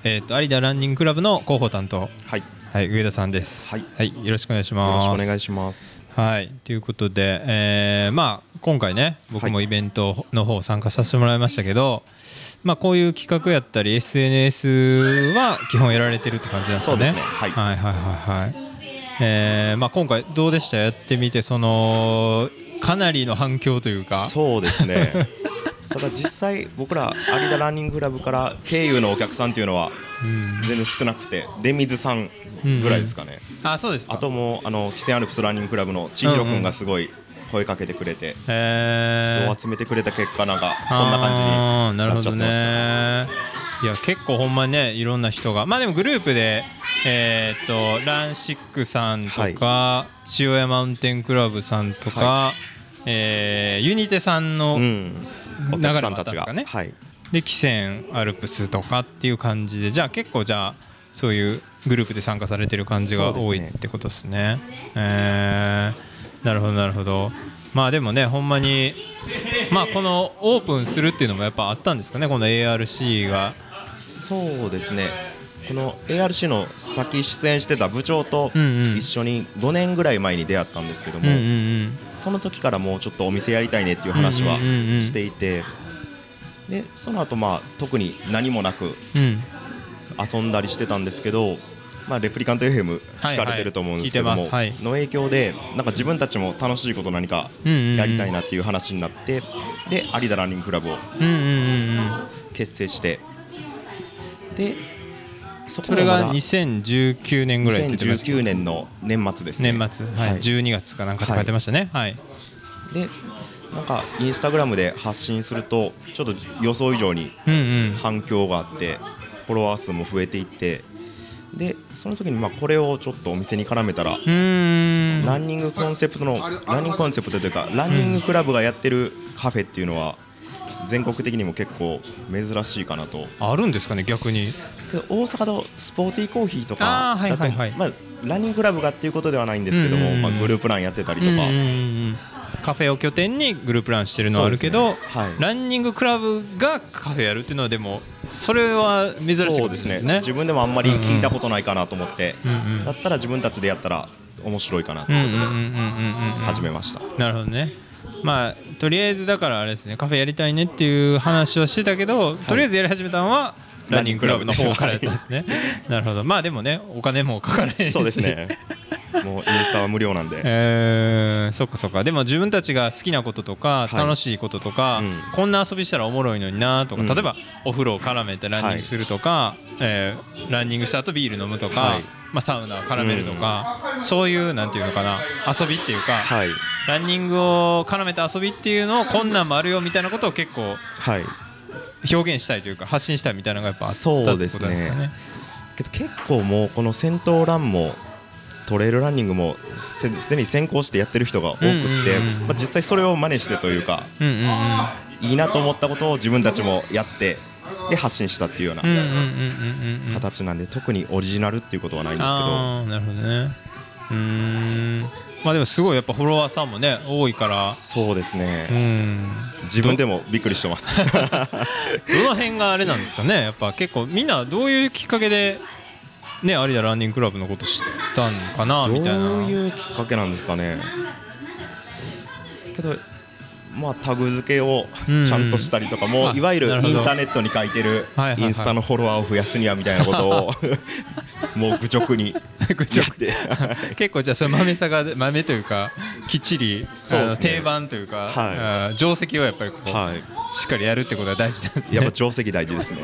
有田ランニングクラブの広報担当、 はい、 はい、上田さんです。 はい、 はい、よろしくお願いします。 よろしくお願いします。 はい、ということで、今回ね、僕もイベントの方参加させてもらいましたけど、こういう企画やったり SNS は基本やられてるって感じなんですかね。 そうですね。はい。 はいはいはいはい。今回どうでした？やってみてかなりの反響というか。 そうですね。ただ実際僕ら有田ランニングクラブから経由のお客さんっていうのは全然少なくて、出水さんぐらいですかね。 あ、そうですか。 あとも汽船アルプスランニングクラブの千尋くんがすごい声かけてくれて、人を集めてくれた結果なんかこんな感じになっちゃってました。 なるほどね。いや結構ほんまにねいろんな人がでもグループでランシックさんとか、塩屋マウンテンクラブさんとか、ユニテさんの流れもあったんですかね。で汽船アルプスとかっていう感じで、じゃあ結構そういうグループで参加されてる感じが多いってことですね。なるほどなるほど。でもねほんまにこのオープンするっていうのもやっぱあったんですかね、この ARC が。 そうですね。この ARC の先出演してた部長と一緒に5年ぐらい前に出会ったんですけども、その時からもうちょっとお店やりたいねっていう話はしていて、でその後特に何もなく遊んだりしてたんですけど、レプリカント FM 聞かれてると思うんですけども、の影響でなんか自分たちも楽しいこと何かやりたいなっていう話になって、で有田ランニングクラブを結成して、でそれが2019年ぐらいって言ってました。 2019年の年末ですね。 年末、12月かなんかって書いてましたね。 でなんかインスタグラムで発信するとちょっと予想以上に反響があって、フォロワー数も増えていって、でその時にこれをちょっとお店に絡めたら、ランニングコンセプトというかランニングクラブがやってるカフェっていうのは全国的にも結構珍しいかなと。 あるんですかね、逆に。 大阪のスポーティーコーヒーとかだとランニングクラブがっていうことではないんですけども、グループランやってたりとか、カフェを拠点にグループランしてるのはあるけど、ランニングクラブがカフェやるっていうのはでもそれは珍しいことですね。 自分でもあんまり聞いたことないかなと思って、だったら自分たちでやったら面白いかなということで始めました。 なるほどね。とりあえずだからあれですね、カフェやりたいねっていう話をしてたけど、とりあえずやり始めたのはランニングクラブの方からやったんですね。なるほど。でもねお金もかからないし。 そうですね。もうインスタは無料なんで。 そっかそっか。でも自分たちが好きなこととか楽しいこととか、こんな遊びしたらおもろいのになとか、例えばお風呂を絡めてランニングするとか、ランニングした後ビール飲むとか、サウナを絡めるとか、そういうなんていうのかな、遊びっていうか、ランニングを絡めた遊びっていうのをこんなんもあるよみたいなことを結構表現したいというか発信したいみたいなのがやっぱあったってことなんですかね。 けど結構もうこの先頭ランもトレイルランニングもすでに先行してやってる人が多くって、実際それを真似してというか、いいなと思ったことを自分たちもやってで発信したっていうような形なんで、特にオリジナルっていうことはないんですけど。 なるほどね。でもすごいやっぱフォロワーさんもね多いから。そうですね。自分でもびっくりしてます。 どの辺があれなんですかね。やっぱ結構みんなどういうきっかけでね有田ランニングクラブのこと知ったんかなみたいな。 どういうきっかけなんですかね。けどタグ付けをちゃんとしたりとかも、いわゆるインターネットに書いてるインスタのフォロワーを増やすにはみたいなことをもう愚直にやって結構じゃあその豆というかきっちり定番というか定石をやっぱりしっかりやるってことは大事なんですね。 やっぱ定石大事ですね。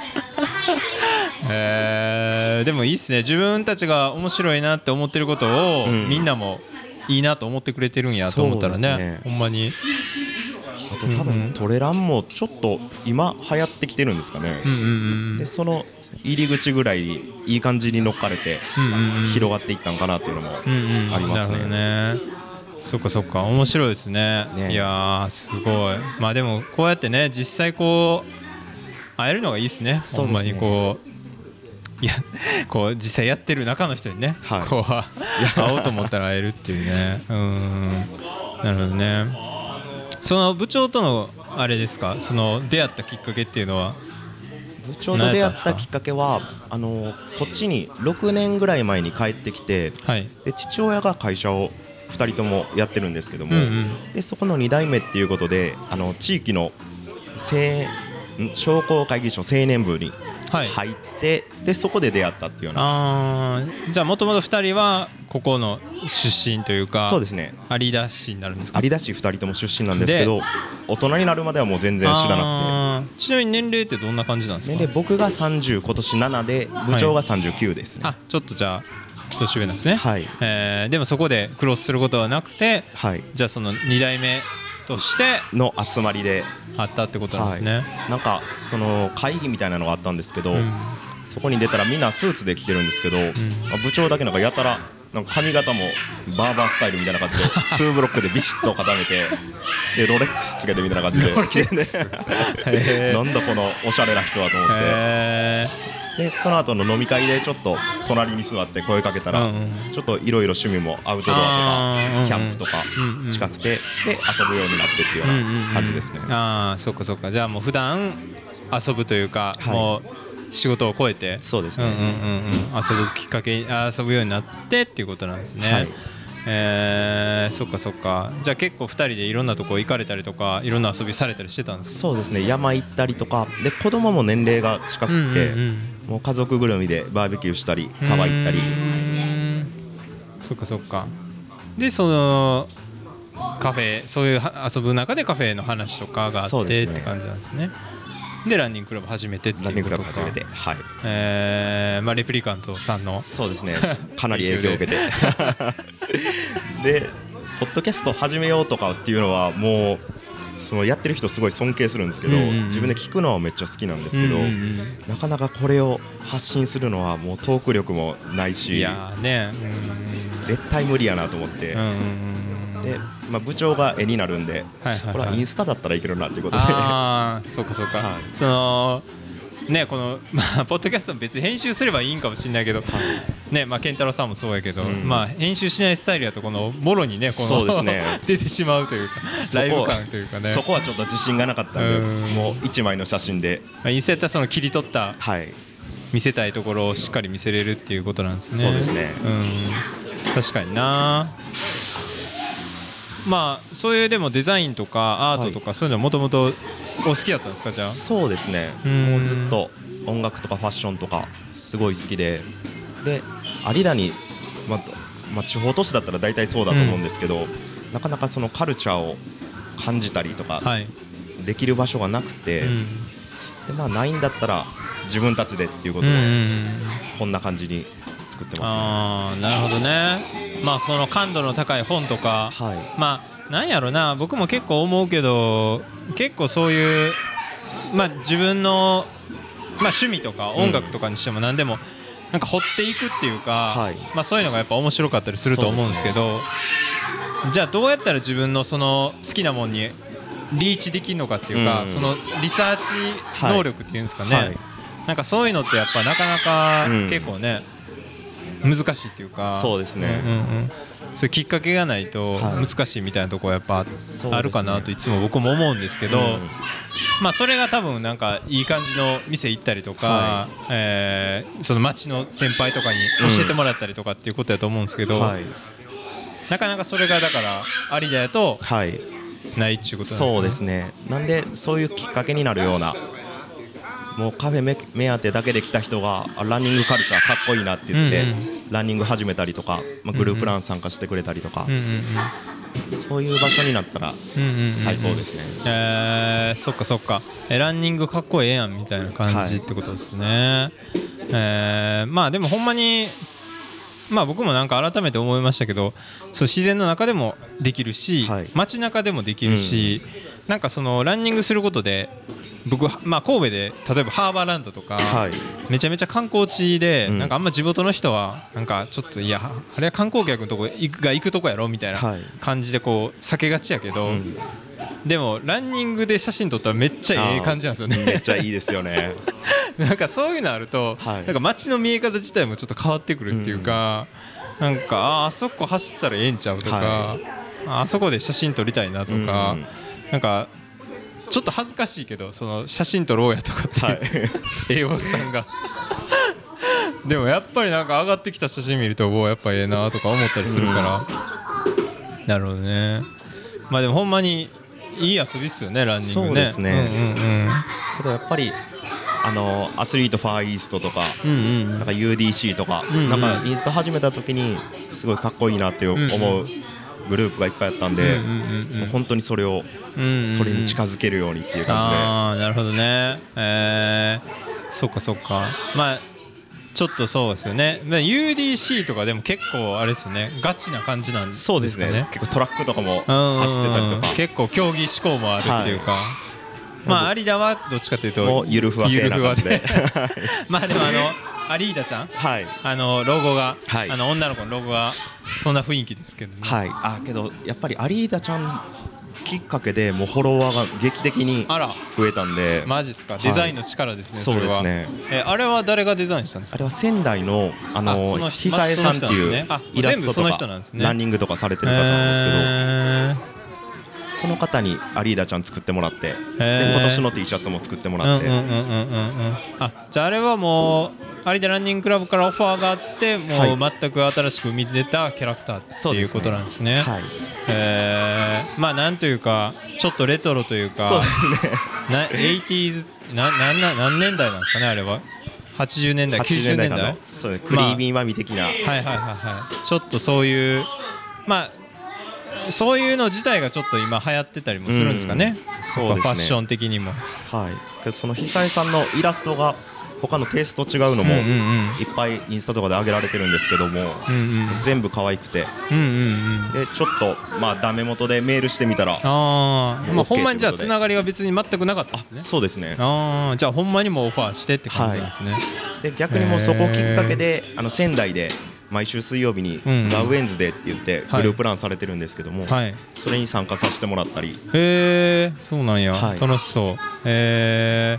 でもいいっすね。自分たちが面白いなって思ってることをみんなもいいなと思ってくれてるんやと思ったらね、ほんまに。 あと多分トレランもちょっと今流行ってきてるんですかね。でその入り口ぐらいにいい感じに乗っかれて広がっていったのかなっていうのもありますね。 そっかそっか、面白いですね。いやすごい。でもこうやってね実際会えるのがいいですね。ほんまに実際やってる中の人にね、会おうと思ったら会えるっていうね。なるほどね。その部長とのあれですか、その出会ったきっかけっていうのは。 部長と出会ったきっかけはこっちに6年ぐらい前に帰ってきて、 はい、 で父親が会社を2人ともやってるんですけども、でそこの2代目っていうことで地域の商工会議所青年部に入って、でそこで出会ったっていうような。 じゃあもともと2人はここの出身というか。 そうですね、 有田市になるんですか。 有田市2人とも出身なんですけど、大人になるまではもう全然知らなくて。 ちなみに年齢ってどんな感じなんですか。 年齢僕が30、今年7で部長が39ですね。 ちょっとじゃあ年上なんですね。 はい。 でもそこでクロスすることはなくて、 はい、 じゃあその2代目としての集まりであったってことなんですね。 なんかその会議みたいなのがあったんですけど、そこに出たらみんなスーツで来てるんですけど、部長だけなんかやたらなんか髪型もバーバースタイルみたいな感じで2ブロックでビシッと固めて、でロレックスつけてみたいな感じで来てねなんだこのおしゃれな人はと思って、でその後の飲み会でちょっと隣に座って声かけたら、ちょっといろいろ趣味もアウトドアとかキャンプとか近くて、で遊ぶようになってっていうような感じですね。 そっかそっか。じゃあもう普段遊ぶというか、もう仕事を超えて、 そうですね、 遊ぶきっかけ、遊ぶようになってっていうことなんですね。そっかそっか。じゃあ結構2人でいろんなとこ行かれたりとか、いろんな遊びされたりしてたんですか。 そうですね、山行ったりとかで、子供も年齢が近くて、もう家族ぐるみでバーベキューしたり川行ったり。 そっかそっか。でそのカフェ、そういう遊ぶ中でカフェの話とかがあってって感じなんですね。でランニングクラブ始めてっていうことか。 はい、 レプリカントさんのそうですね、かなり影響を受けてでポッドキャスト始めようとかっていうのはもうそのやってる人すごい尊敬するんですけど、自分で聞くのはめっちゃ好きなんですけど、なかなかこれを発信するのはもうトーク力もないし、 いやね、 絶対無理やなと思って、で部長が絵になるんで、これはインスタだったらいけるなっていうことで。 そうかそうか。そのね、このポッドキャストも別に編集すればいいんかもしれないけど、ね、健太郎さんもそうやけど、編集しないスタイルやとこのもろにね、この出てしまうというか、ライブ感というかね、 そこはちょっと自信がなかったんで、もう1枚の写真でインスタやったらその切り取った見せたいところをしっかり見せれるっていうことなんですね。 そうですね、 確かにな。そういうでもデザインとかアートとかそういうのはもともとお好きだったんですか。じゃあそうですね、もうずっと音楽とかファッションとかすごい好きで、有田に、地方都市だったら大体そうだと思うんですけど、なかなかそのカルチャーを感じたりとかできる場所がなくて、でないんだったら自分たちでっていうことで、こんな感じに作ってますね。 なるほどね。その感度の高い本とか、なんやろな、僕も結構思うけど、結構そういう、自分の、趣味とか音楽とかにしても何でもなんか掘っていくっていうか、そういうのがやっぱ面白かったりすると思うんですけど、じゃあどうやったら自分のその好きなものにリーチできるのかっていうか、そのリサーチ能力っていうんですかね、なんかそういうのってやっぱなかなか結構ね、難しいっていうか、 そうですね、 そういうきっかけがないと難しいみたいなところやっぱあるかなといつも僕も思うんですけど、それが多分なんかいい感じの店行ったりとか、その町の先輩とかに教えてもらったりとかっていうことだと思うんですけど、なかなかそれがだから有田やとないっていうことなんですね。 そうですね。なんでそういうきっかけになるような、もうカフェ目当てだけで来た人がランニングカルチャーかっこいいなって言って、ランニング始めたりとか、グループラン参加してくれたりとか、そういう場所になったら最高ですね。 そっかそっか。ランニングかっこええやんみたいな感じってことですね。でもほんまに僕もなんか改めて思いましたけど、そう自然の中でもできるし、街中でもできるし、なんかそのランニングすることで僕、神戸で例えばハーバーランドとか、めちゃめちゃ観光地で、なんかあんま地元の人はなんかちょっといやあれは観光客のとこが行くとこやろみたいな感じでこう避けがちやけど、でもランニングで写真撮ったらめっちゃええ感じなんですよね。 めっちゃいいですよね。 なんかそういうのあると、なんか街の見え方自体もちょっと変わってくるっていうか、なんかあそこ走ったらええんちゃうとか、あそこで写真撮りたいなとか、なんかちょっと恥ずかしいけどその写真撮ろうやとかっていう、 はい栄養士さんがでもやっぱりなんか上がってきた写真見るとやっぱええなとか思ったりするから、なるほどね。まあでもほんまにいい遊びっすよねランニングね。 そうですね、けどやっぱりアスリートファーイーストとか、なんか UDC とか、なんかインスタ始めた時にすごいかっこいいなって思うグループがいっぱいあったんで、もう本当にそれに近づけるようにっていう感じで。 ああなるほどね。そっかそっか。まあちょっとそうですよね。UDC とかでも結構あれですよね、ガチな感じなんですかね。 そうですね、結構トラックとかも走ってたりとか、 結構競技志向もあるっていうか、まあ有田はどっちかというともうゆるふわ系な感じでまあでも有田ちゃん、 はい、 ロゴが、 はい、 女の子のロゴがそんな雰囲気ですけどね。 はい、けどやっぱり有田ちゃんきっかけでもうフォロワーが劇的に増えたんで。 マジっすか。デザインの力ですね。 そうですね。 あれは誰がデザインしたんですか。 あれは仙台の久江さんっていうイラストとかランニングとかされてる方なんですけど、その方に有田ちゃん作ってもらって、で今年の T シャツも作ってもらって、 じゃああれはもう有田ランニングクラブからオファーがあってもう全く新しく生み出たキャラクターっていうことなんですね。まあなんというかちょっとレトロというか、 そうですね。 80s 何年代なんですかねあれは。80年代90年代。 そうですね。クリーミーマミ的な。 ちょっとそういうまあそういうの自体がちょっと今流行ってたりもするんですかね。そうですね。ファッション的にも。 はい。その久江さんのイラストが他のテイスト違うのもいっぱいインスタとかで上げられてるんですけども、全部可愛くて、でちょっとまあダメ元でメールしてみたら、 まあほんまにじゃあつながりは別に全くなかったんですね。 そうですね。 じゃあほんまにもうオファーしてって感じなんですね。 で逆にもうそこきっかけで仙台で毎週水曜日にザ・ウェンズデーって言ってグループランされてるんですけども、それに参加させてもらったり。 へえ、そうなんや。楽しそう。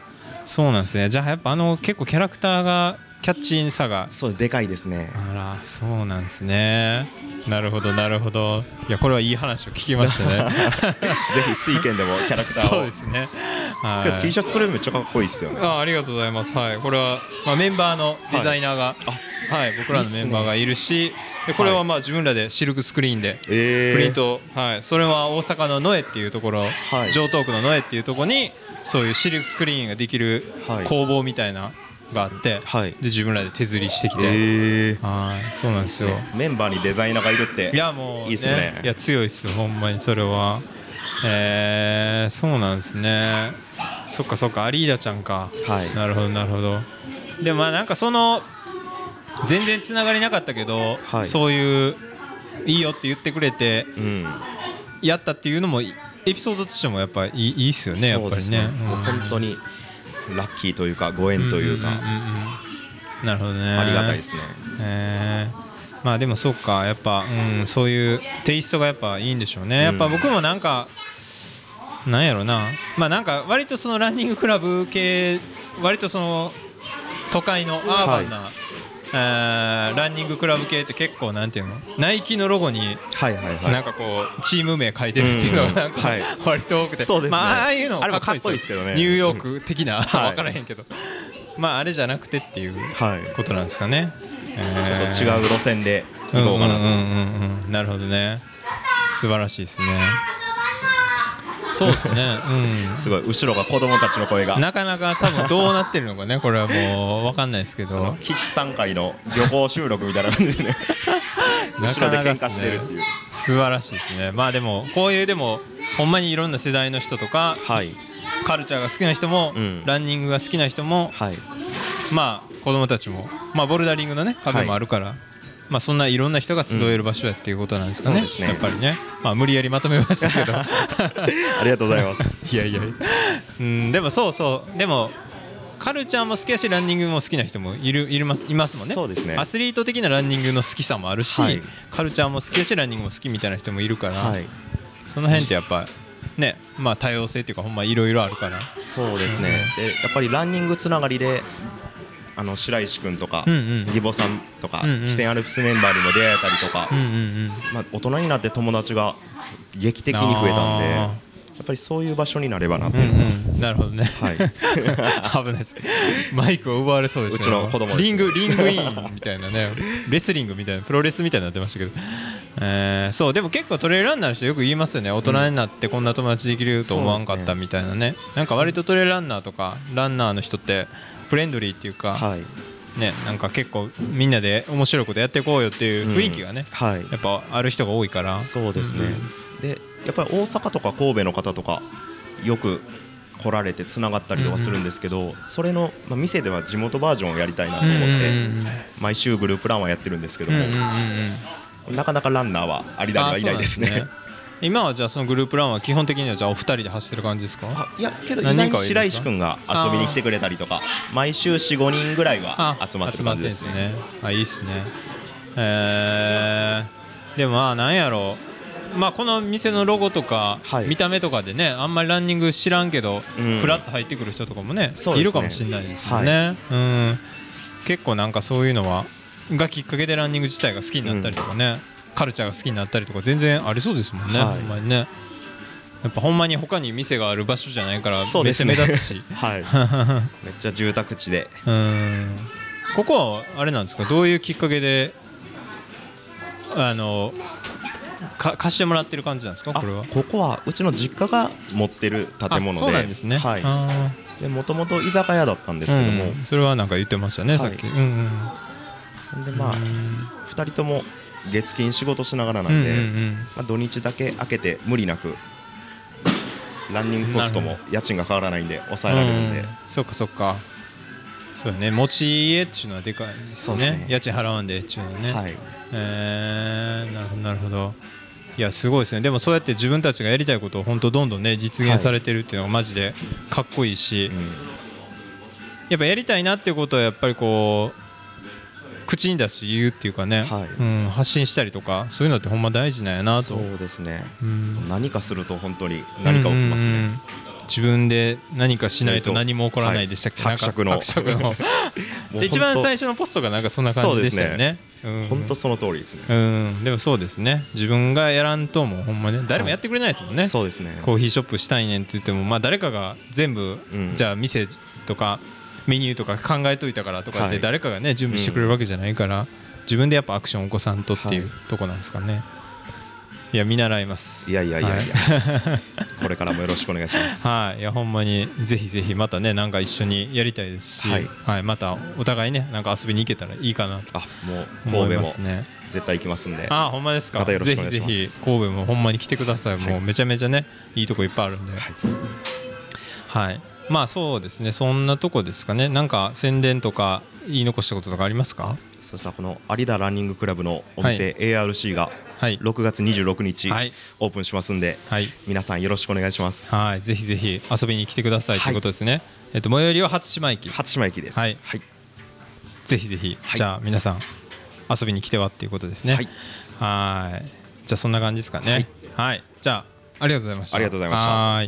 そうなんですね。じゃあやっぱ結構キャラクターがキャッチーさがそうでかいですね。 あら、そうなんですね。なるほどなるほど。いやこれはいい話を聞きましたね。 ぜひ水拳でもキャラクターを。 そうですね。 はい。T シャツそれめっちゃかっこいいですよね。 ありがとうございます。はい。これはまあメンバーのデザイナーが、はい、僕らのメンバーがいるし、でこれはまあ自分らでシルクスクリーンでプリント、はい。それは大阪のノエっていうところ、城東区のノエっていうところにそういうシルクスクリーンができる工房みたいながあって、で自分らで手刷りしてきて、そうなんですよ。 メンバーにデザイナーがいるっていやもういいっすね。 いや強いっすよほんまにそれは。そうなんですね。そっかそっか有田ちゃんか。なるほどなるほど。でもまあなんかその全然つながりなかったけど、そういういいよって言ってくれてやったっていうのもエピソードとしてもやっぱいいっすよね。やっぱりね。 もう本当にラッキーというかご縁というか。 なるほどね。 ありがたいですね。 まあでもそうかやっぱ、そういうテイストがやっぱいいんでしょうね。やっぱ僕もなんかなんやろな、まあなんか割とそのランニングクラブ系割とその都会のアーバンな、ランニングクラブ系って結構なんていうのナイキのロゴになんかこうチーム名書いてるっていうのがなんか割と多くて、まあああいうのかっこいいですけどね。ニューヨーク的な分からへんけど、まああれじゃなくてっていうことなんですかね。 ちょっと違う路線で行こうかなと。 なるほどね。素晴らしいですね。そうですね。 すごい後ろが子供たちの声が。 なかなか多分どうなってるのかねこれはもう分かんないですけど。 岸3回の旅行収録みたいな感じでね。後ろで喧嘩してるっていう。 素晴らしいですね。まあでもこういうでもほんまにいろんな世代の人とか、カルチャーが好きな人も、ランニングが好きな人も、まあ子供たちも、まあボルダリングのねカフェもあるから、まあそんないろんな人が集える場所やっていうことなんですかね。やっぱりね。まあ無理やりまとめましたけど。 ありがとうございます。 いやいや。でもそうそうでも。カルチャーも好きだしランニングも好きな人もいますもんね。 そうですね。 アスリート的なランニングの好きさもあるし、カルチャーも好きだしランニングも好きみたいな人もいるから、その辺ってやっぱね、まあ多様性っていうかほんまいろいろあるから。 そうですね。でやっぱりランニングつながりで白石君とか義母さんとかキセンアルプスメンバーにも出会えたりとか、まあ大人になって友達が劇的に増えたんで。 っぱりそういう場所になればなと、 なるほどね、 はい、 危ないです。マイクを奪われそうですうちの子供ですね、 リングインみたいなね、レスリングみたいな、プロレスみたいになってましたけど、そうでも結構トレイルランナーの人よく言いますよね。大人になってこんな友達できると思わんかったみたいなね。なんか割とトレイルランナーとかランナーの人ってフレンドリーっていうか、ね、なんか結構みんなで面白いことやっていこうよっていう雰囲気がね、やっぱある人が多いから。 そうですね、でやっぱり大阪とか神戸の方とかよく来られてつながったりとかするんですけど、それの、店では地元バージョンをやりたいなと思って、毎週グループランはやってるんですけども、なかなかランナーは有田にはいないですね。 今はじゃあそのグループランは基本的にはじゃあお二人で走ってる感じですか？ いやけど意外に白石君が遊びに来てくれたりとか、毎週 4,5 人ぐらいは集まってる感じですね。 いいっすね。でもなんやろう、この店のロゴとか見た目とかでね、あんまりランニング知らんけどフラッと入ってくる人とかもねいるかもしれないですよね。結構なんかそういうのがきっかけでランニング自体が好きになったりとかね、カルチャーが好きになったりとか全然ありそうですもんね、ほんまにね。やっぱほんまに他に店がある場所じゃないからめっちゃ目立つし、 めっちゃ住宅地で。 ここはあれなんですか、どういうきっかけで貸してもらってる感じなんですか？これはここはうちの実家が持ってる建物で、 そうなんですね。 でもともと居酒屋だったんですけども、 それはなんか言ってましたね、さっき。で 2人とも月金仕事しながらなんで、土日だけ開けて無理なくランニングコストも家賃が変わらないんで抑えられるんで。 そっかそっか、そうね、持ち家っていうのはでかいですね。家賃払わんでっていうのはね。なるほどなるほど。いやすごいですね。でもそうやって自分たちがやりたいことを本当どんどんね実現されてるっていうのがマジでかっこいいし、やっぱやりたいなっていうことはやっぱりこう口に出して言うっていうかね、発信したりとかそういうのってほんま大事なんやなと。 そうですね、何かすると本当に何か起きますね。 自分で何かしないと何も起こらないでしたっけ？ 伯爵の一番最初のポストがなんかそんな感じでしたよね。 本当その通りですね。 でもそうですね、自分がやらんともほんまね誰もやってくれないですもんね。 そうですね。 コーヒーショップしたいねんって言っても誰かが全部じゃあ店とかメニューとか考えといたからとかって誰かがね準備してくれるわけじゃないから、自分でやっぱアクションを起こさんとっていうとこなんですかね。いや見習います。 いやこれからもよろしくお願いします。 いやほんまにぜひぜひまたねなんか一緒にやりたいですし、またお互いねなんか遊びに行けたらいいかなと思いますね。 絶対行きますんで。 ほんまですか。またよろしくお願いします。ぜひぜひ神戸もほんまに来てください。もうめちゃめちゃねいいとこいっぱいあるんで。そうですね、そんなとこですかね。なんか宣伝とか言い残したこととかありますか？ そしたらこの有田ランニングクラブのお店 ARC が6月26日オープンしますんで、皆さんよろしくお願いします。 ぜひぜひ遊びに来てくださいということですね。最寄りは初島駅。 初島駅です。 ぜひぜひじゃあ皆さん遊びに来てはっていうことですね。じゃあそんな感じですかね。じゃあありがとうございました。 ありがとうございました。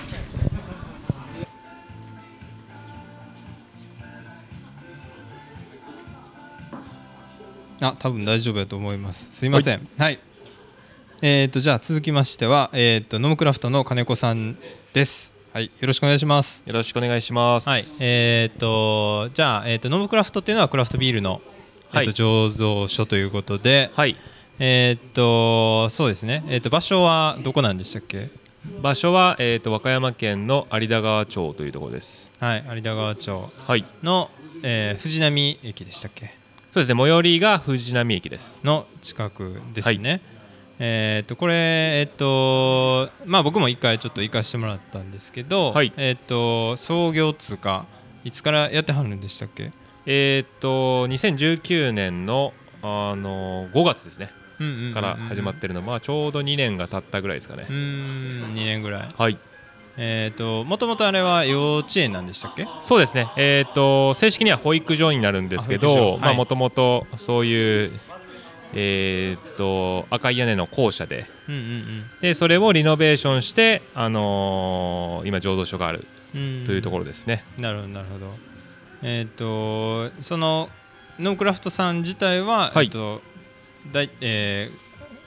多分大丈夫だと思います。すいません。じゃあ続きましてはノムクラフトの金子さんです。よろしくお願いします。 よろしくお願いします。 じゃあノムクラフトっていうのはクラフトビールの醸造所ということで、そうですね。場所はどこなんでしたっけ？ 場所は和歌山県の有田川町というところです。 有田川町の藤波駅でしたっけ？ そうですね、最寄りが藤波駅ですの近くですね。これ僕も一回ちょっと行かしてもらったんですけど、創業通かいつからやってはるんでしたっけ ？2019年の5月ですねから始まってるの、ちょうど2年が経ったぐらいですかね。 2年ぐらい。 はい。 もともとあれは幼稚園なんでしたっけ？ そうですね、正式には保育所になるんですけど、もともとそういう赤い屋根の校舎で、でそれをリノベーションして、今醸造所があるというところですね。 なるほどなるほど。そのノンクラフトさん自体は、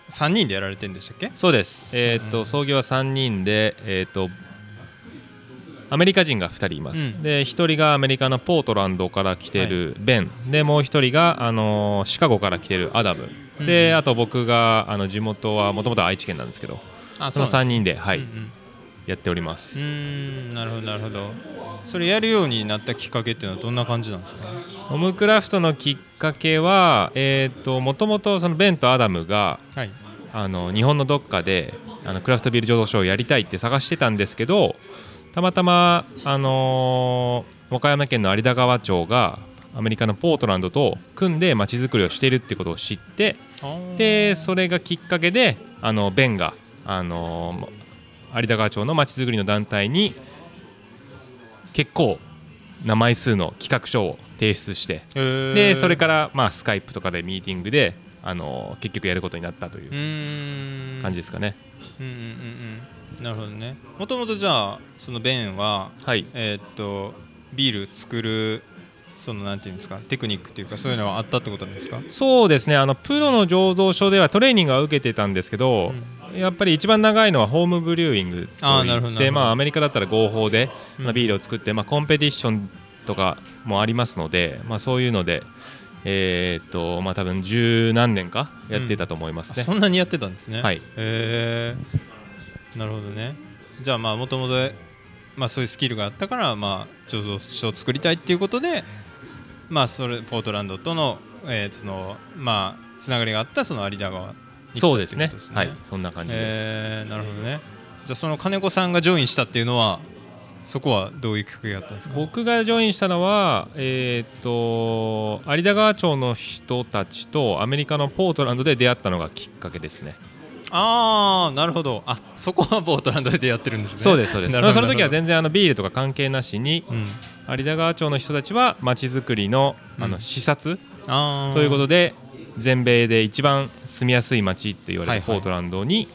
3人でやられてるんでしたっけ？ そうです、創業は3人で、アメリカ人が2人います、で1人がアメリカのポートランドから来てるベン、でもう1人が、シカゴから来てるアダム、であと僕が地元はもともと愛知県なんですけど、その3人で、やっております。 なるほどなるほど。それやるようになったきっかけっていうのはどんな感じなんですか？ ホームクラフトのきっかけはもともとそのベンとアダムが、日本のどっかでクラフトビール醸造所をやりたいって探してたんですけど、たまたま、和歌山県の有田川町がアメリカのポートランドと組んで街づくりをしているってことを知って、でそれがきっかけでベンが、有田川町の街づくりの団体に結構な枚数の企画書を提出して、でそれから、スカイプとかでミーティングで結局やることになったという感じですかね。 なるほどね。もともとじゃあそのベンは、ビール作るそのなんていうんですか、テクニックというかそういうのはあったってことなんですか？ そうですね、プロの醸造所ではトレーニングは受けてたんですけど、やっぱり一番長いのはホームブリューイングといって、アメリカだったら合法で、ビールを作って、コンペティションとかもありますので、そういうので多分十何年かやってたと思いますね。 そんなにやってたんですね。 はい。 なるほどね。じゃあもともとそういうスキルがあったから醸造所を作りたいっていうことで、それポートランドとのつながりがあったその有田川に来たってことですね。 そうですね。はい、そんな感じです。 なるほどね。じゃあその金子さんがジョインしたっていうのはそこはどういうきっかけがあったんですか？ 僕がジョインしたのは、有田川町の人たちとアメリカのポートランドで出会ったのがきっかけですね。 なるほど。そこはポートランドで出会ってるんですね。 そうですそうです。その時は全然ビールとか関係なしに、有田川町の人たちはまちづくりの、視察ということで全米で一番住みやすい街って言われるポートランドに、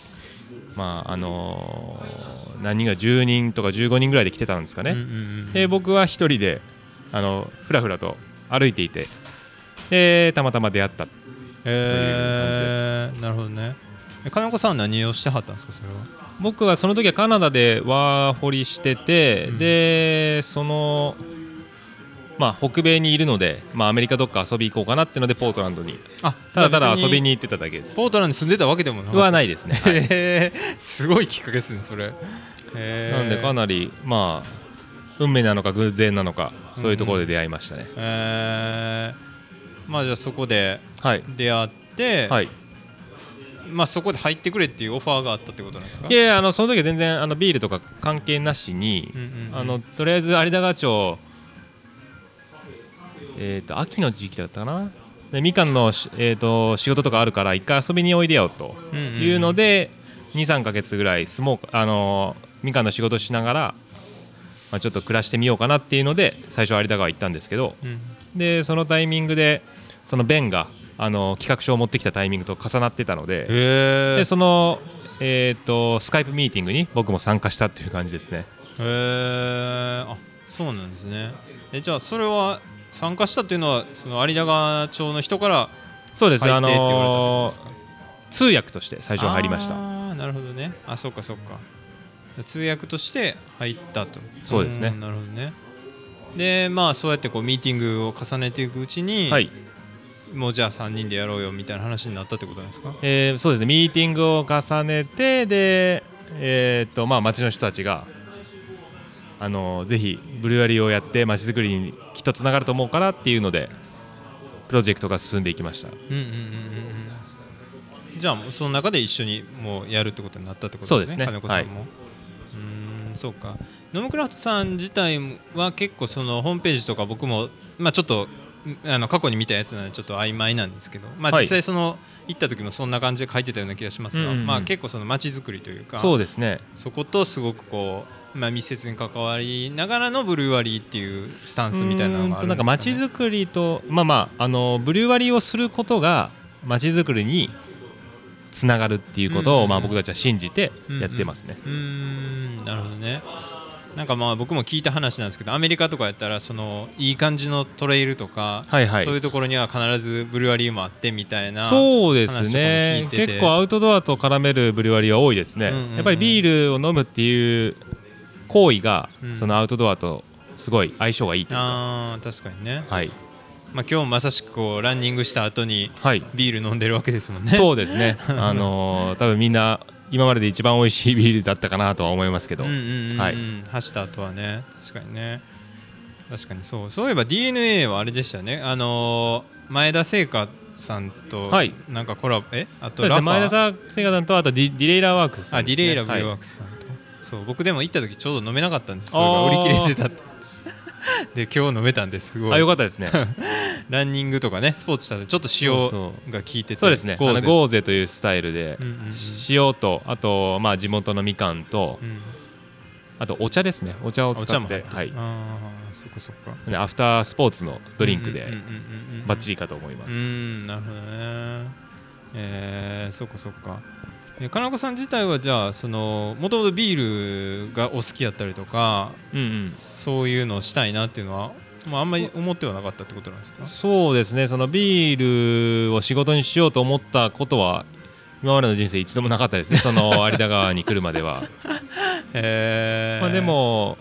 何人が10人とか15人ぐらいで来てたんですかね。で僕は一人でふらふらと歩いていて、でたまたま出会ったという感じです。 なるほどね。金子さんは何をしてはったんですか？それは。 僕はその時はカナダでワーホリしてて、でその北米にいるので、アメリカどっか遊び行こうかなってのでポートランドにただ遊びに行ってただけです。 ポートランドに住んでたわけでもないですね。 すごいきっかけですねそれ。 なんでかなり運命なのか偶然なのかそういうところで出会いましたね。 じゃあそこで出会って、そこで入ってくれっていうオファーがあったってことなんですか？ いやその時は全然ビールとか関係なしに、とりあえず有田川町秋の時期だったかな、でみかんの、仕事とかあるから一回遊びにおいでよというので、2,3 ヶ月ぐらいみかんの仕事しながら、ちょっと暮らしてみようかなっていうので最初有田川行ったんですけど、でそのタイミングでそのベンが企画書を持ってきたタイミングと重なってたので、でその、スカイプミーティングに僕も参加したっていう感じですね。 そうなんですね。じゃあそれは参加したっていうのはその有田川町の人からそうです、 入ってって言われたってことですか？ 通訳として最初入りました。 なるほどね。そうか通訳として入ったと。 そうですね。 なるほどね。でそうやってこうミーティングを重ねていくうちに、もうじゃあ3人でやろうよみたいな話になったってことなんですか？ そうですね。ミーティングを重ねて、で町の人たちがぜひブルワリーをやって町づくりにきっとつながると思うからっていうのでプロジェクトが進んでいきました。 じゃあその中で一緒にもうやるってことになったってことですね。金子さんも。そうか。ノムクラフトさん自体は結構そのホームページとか僕もちょっと過去に見たやつなのでちょっと曖昧なんですけど、実際その行った時もそんな感じで書いてたような気がしますが、結構その街づくりというか、 そうですね。 そことすごくこう密接に関わりながらのブルワリーっていうスタンスみたいなのがあるんですかね。 なんか街づくりとブルワリーをすることが街づくりにつながるっていうことを僕たちは信じてやってますね。 なるほどね。 なんかまあ僕も聞いた話なんですけど、アメリカとかやったらそのいい感じのトレイルとか、 はいはい、 そういうところには必ずブルワリーもあってみたいな話とかもそうです聞いね、 てて、 結構アウトドアと絡めるブルワリーは多いですね、 うんうんうん、 やっぱりビールを飲むっていう行為が、 うん、 そのアウトドアとすごい相性がいいというか、 あ確かにね、 はい、 まあ、今日まさしくこうランニングした後にビール飲んでるわけですもんね、 はい、そうですね多分みんな今までで一番美味しいビールだったかなとは思いますけど、 走った後はね、確かにね、確かにそういえば DNA はあれでしたね、前田製菓さんとなんかコラボ、あとラファー、 前田製菓さんとあとディレイラーワークスさんですね、 ディレイラーワークスさんと、そう僕でも行った時ちょうど飲めなかったんです、それが売り切れてたってで今日飲めたんですごいよかったですねランニングとかねスポーツしたらちょっと塩が効いてて、 そうですね、ゴーゼというスタイルで、塩とあとまあ地元のみかんと、あとお茶ですね、お茶を使って、はい、 そっかそっか、 アフタースポーツのドリンクでバッチリかと思います。 なるほどね、そっかそっか。金子さん自体はじゃあもともとビールがお好きやったりとか、そういうのをしたいなっていうのは、まあ、あんまり思ってはなかったってことなんですか？ そうですね、そのビールを仕事にしようと思ったことは今までの人生一度もなかったですねその有田川に来るまではまあでも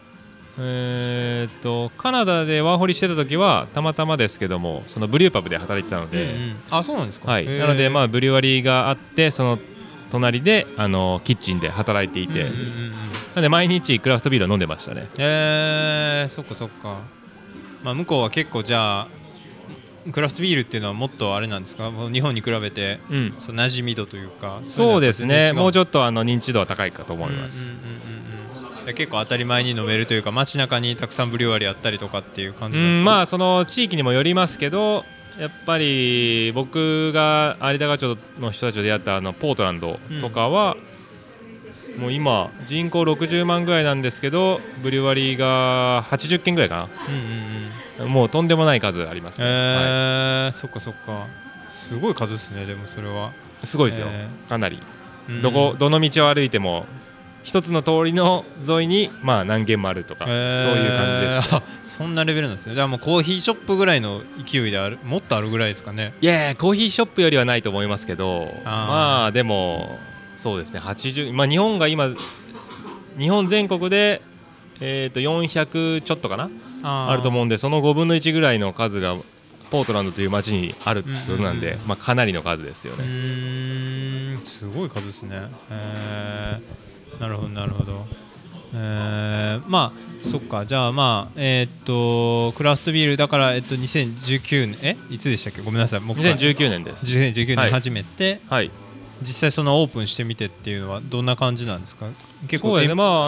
カナダでワーホリしてた時はたまたまですけどもそのブリューパブで働いてたので、 あ、そうなんですか。 はい、なのでまあブリュワリーがあってその隣でキッチンで働いていて、なので毎日クラフトビールを飲んでましたね。 そっかそっか。まあ、向こうは結構じゃあクラフトビールっていうのはもっとあれなんですか、日本に比べて、その馴染み度というか。 そうですね、もうちょっと認知度は高いかと思います。 結構当たり前に飲めるというか、街中にたくさんブリュワリーあったりとかっていう感じなんですか？ まあその地域にもよりますけど、やっぱり僕が有田川町の人たちと出会ったポートランドとかは、もう今人口60万ぐらいなんですけどブリュワリーが80軒ぐらいかな、もうとんでもない数ありますね。 そっかそっか、すごい数ですね。でもそれはすごいですよ、かなり、どの道を歩いても一つの通りの沿いにまあ何軒もあるとか、そういう感じです、ね、 そんなレベルなんですね。じゃあもうコーヒーショップぐらいの勢いでもっとあるぐらいですかね。 いやコーヒーショップよりはないと思いますけど、まあでもそうですね、80、まあ、日本全国で、400ちょっとかな あると思うんで、その5分の1ぐらいの数がポートランドという街にあるってことなんで、まあ、かなりの数ですよね。 すごい数ですね。なるほどなるほど。まあそっか、じゃあまあクラフトビールだから、2019年いつでしたっけ、ごめんなさい、もう 2019年です。 2019年始めて、 はい、 実際そのオープンしてみてっていうのはどんな感じなんですか？ 結構そうですね、ま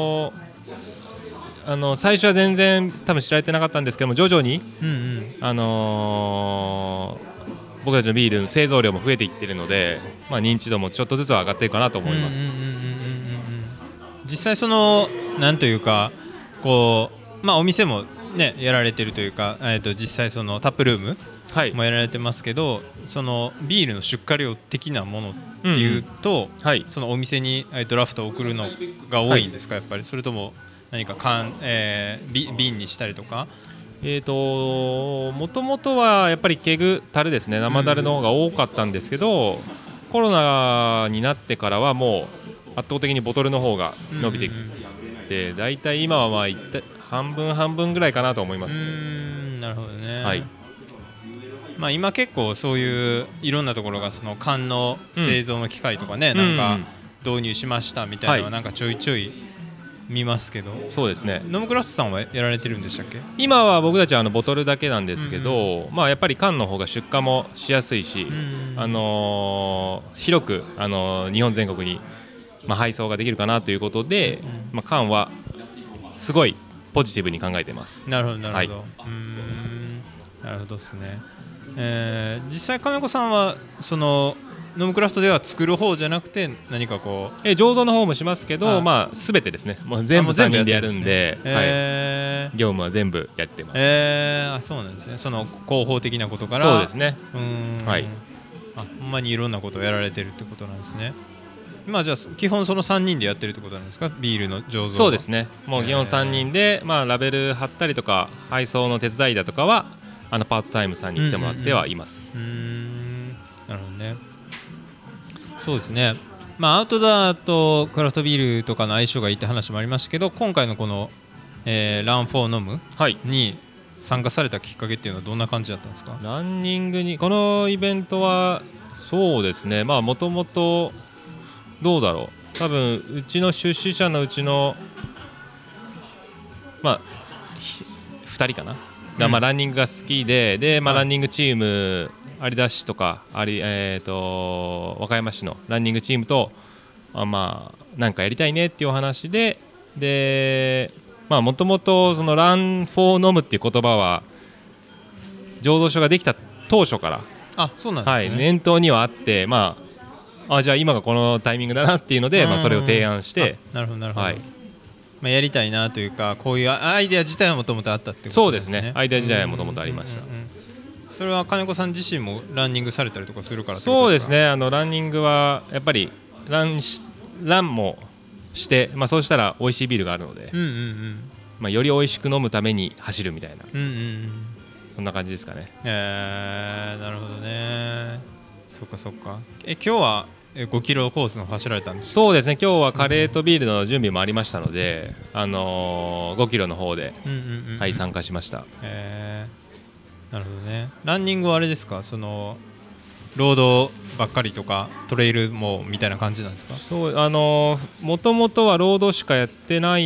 あ最初は全然多分知られてなかったんですけども、徐々に、僕たちのビールの製造量も増えていっているので、まあ、認知度もちょっとずつ上がっているかなと思います。 実際そのなんというかこう、まあ、お店もねやられてるというか、実際そのタップルームもやられてますけど、そのビールの出荷量的なものっていうと、そのお店にドラフトを送るのが多いんですか、やっぱり。それとも何か瓶にしたりとか。 もともとはやっぱりケグ樽ですね、生樽の方が多かったんですけど、コロナになってからはもう圧倒的にボトルの方が伸びてきて、だいたい今はまあ半分ぐらいかなと思います。 なるほどね。 はい、 まあ、今結構そういういろんなところがその缶の製造の機械とかね、なんか導入しましたみたいなのはなんかちょいちょい見ますけど。 そうですね。 ノムクラフトさんはやられてるんでしたっけ？ 今は僕たちはボトルだけなんですけど、まあやっぱり缶の方が出荷もしやすいし、広く日本全国に配送ができるかなということで、まあ缶はすごいポジティブに考えてます。 なるほどなるほど。なるほどですね。実際金子さんはそのノムクラフトでは作る方じゃなくて何かこう醸造の方もしますけど、まあ全てですね、もう全部3人でやるんで、業務は全部やってます。 そうなんですね。その広報的なことから。 そうですね。 はい。ほんまにいろんなことをやられてるってことなんですね。 まあじゃあ基本その3人でやってるってことなんですか、ビールの醸造は。 そうですね、もう基本3人で、まあ、ラベル貼ったりとか配送の手伝いだとかはパートタイムさんに来てもらってはいます。 なるほどね。そうですね、まあ、アウトドアとクラフトビールとかの相性がいいって話もありましたけど、今回のこの、ランフォー飲むに参加されたきっかけっていうのはどんな感じだったんですか？ ランニングにこのイベントはそうですね、まあもともとどうだろう、多分うちの出資者のうちのまあ2人かなが、まあ、ランニングが好きで、まあ、ランニングチーム有田市とか和歌山市のランニングチームとまあなんかやりたいねっていうお話でまあもともとそのランフォー飲むっていう言葉は醸造所ができた当初からそうなんですね、 念頭にはあって、まあじゃあ今がこのタイミングだなっていうので、まあ、それを提案して、 なるほどなるほど、まあ、やりたいなというか、こういうアイデア自体はもともとあったってことですね。 そうですね、アイデア自体はもともとありました。 それは金子さん自身もランニングされたりとかするからってことですか？そうですね、ランニングはやっぱりランもして、まあ、そうしたら美味しいビールがあるので、まあ、より美味しく飲むために走るみたいな、そんな感じですかね。 なるほどね。そっかそっか。今日は5キロコースの走られたんですか？ そうですね、今日はカレーとビールの準備もありましたので、5キロの方で、参加しました。 なるほどね。ランニングはあれですか、そのロードばっかりとかトレイルもみたいな感じなんですか？ そう、もともとはロードしかやってない、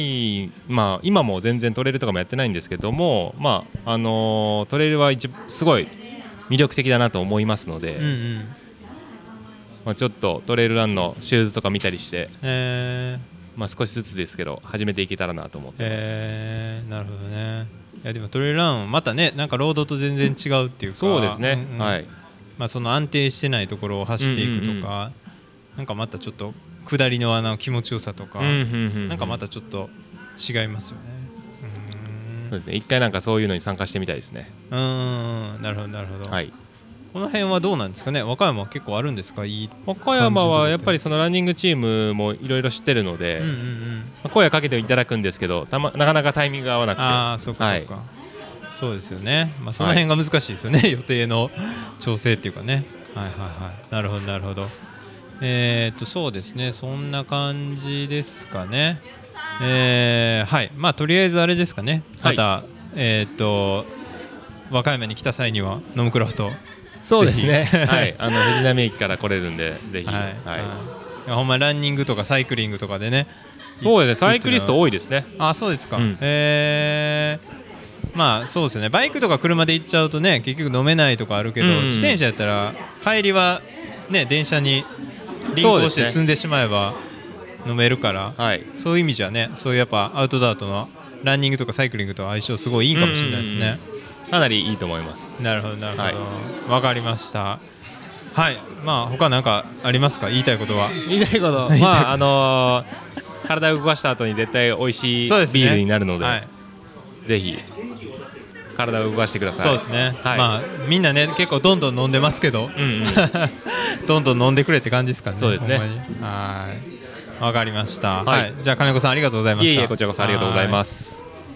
まあ、今も全然トレイルとかもやってないんですけども、まあトレイルはすごい魅力的だなと思いますので、まあ、ちょっとトレイルランのシューズとか見たりして、まあ、少しずつですけど始めていけたらなと思ってます。 なるほどね。いやでもトレイルランまたね、なんかロードと全然違うっていうか、 そうですね、 まあ、その安定してないところを走っていくとか、なんかまたちょっと下りの気持ちよさとか、なんかまたちょっと違いますよね。 そうですね、一回なんかそういうのに参加してみたいですね。 なるほどなるほど。この辺はどうなんですかね。和歌山は結構あるんですか？ 和歌山はやっぱりそのランニングチームもいろいろ知ってるので、声はかけていただくんですけど、なかなかタイミングが合わなくて。 そうかそうか、そうですよね。まあ、その辺が難しいですよね、予定の調整っていうかね。なるほどなるほど。そうですね、そんな感じですかね。まあとりあえずあれですかね、また、和歌山に来た際にはノムクラフト、 そうですね藤波駅から来れるんでぜひ、 ほんまランニングとかサイクリングとかでね。 そうですね、サイクリスト多いですね。 そうですか。まあそうですね、バイクとか車で行っちゃうとね、結局飲めないとかあるけど、自転車やったら帰りはね、電車にリンクをして積んでしまえば飲めるから、そういう意味じゃね、そういうやっぱアウトドアとのランニングとかサイクリングと相性すごいいいかもしれないですね。 かなりいいと思います。 なるほどなるほど、わかりました。まあ他何かありますか？言いたいことは。 言いたいことまあ体を動かした後に絶対美味しいビールになるので、ぜひ体を動かしてください。 そうですね、まあみんなね結構どんどん飲んでますけど、どんどん飲んでくれって感じですかね。 そうですね。 わかりました。じゃあ金子さんありがとうございました。 こちらこそありがとうございます。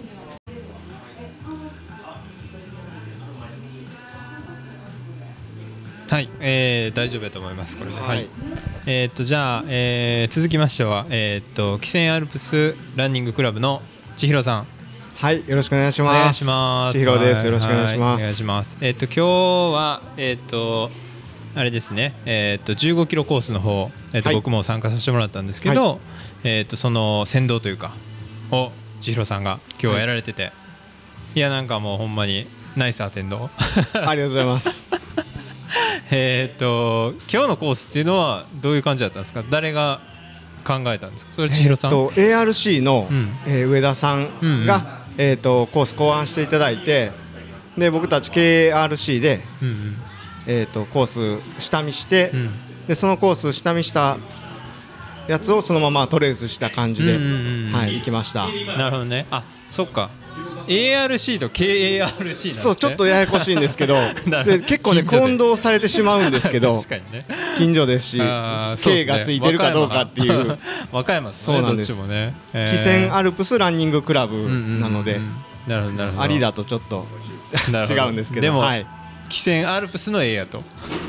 大丈夫だと思いますこれで。じゃあ、続きましては汽船アルプスランニングクラブの千尋さん。 よろしくお願いします。お願いします。千尋です。よろしくお願いします。 お願いします。今日はあれですね、15キロコースの方、僕も参加させてもらったんですけど、その先導というかを千尋さんが今日はやられてて、いやなんかもうほんまにナイスアテンドありがとうございます今日のコースっていうのはどういう感じだったんですか？誰が考えたんですか？それ千尋さん、 ARC の、上田さんが、コース考案していただいて、で僕たち KRC で、コース下見して、でそのコース下見したやつをそのままトレースした感じで、行きました。 なるほどね。そっか。 ARC と KARC なんですね。 そうちょっとややこしいんですけどで結構ね混同されてしまうんですけど確かにね近所ですし K がついてるかどうかっていう和歌山ですね。どっちもね汽船アルプスランニングクラブなのでなるほどなるほど。 ありだとちょっと違うんですけどでも、 はい、 汽船アルプスの A やと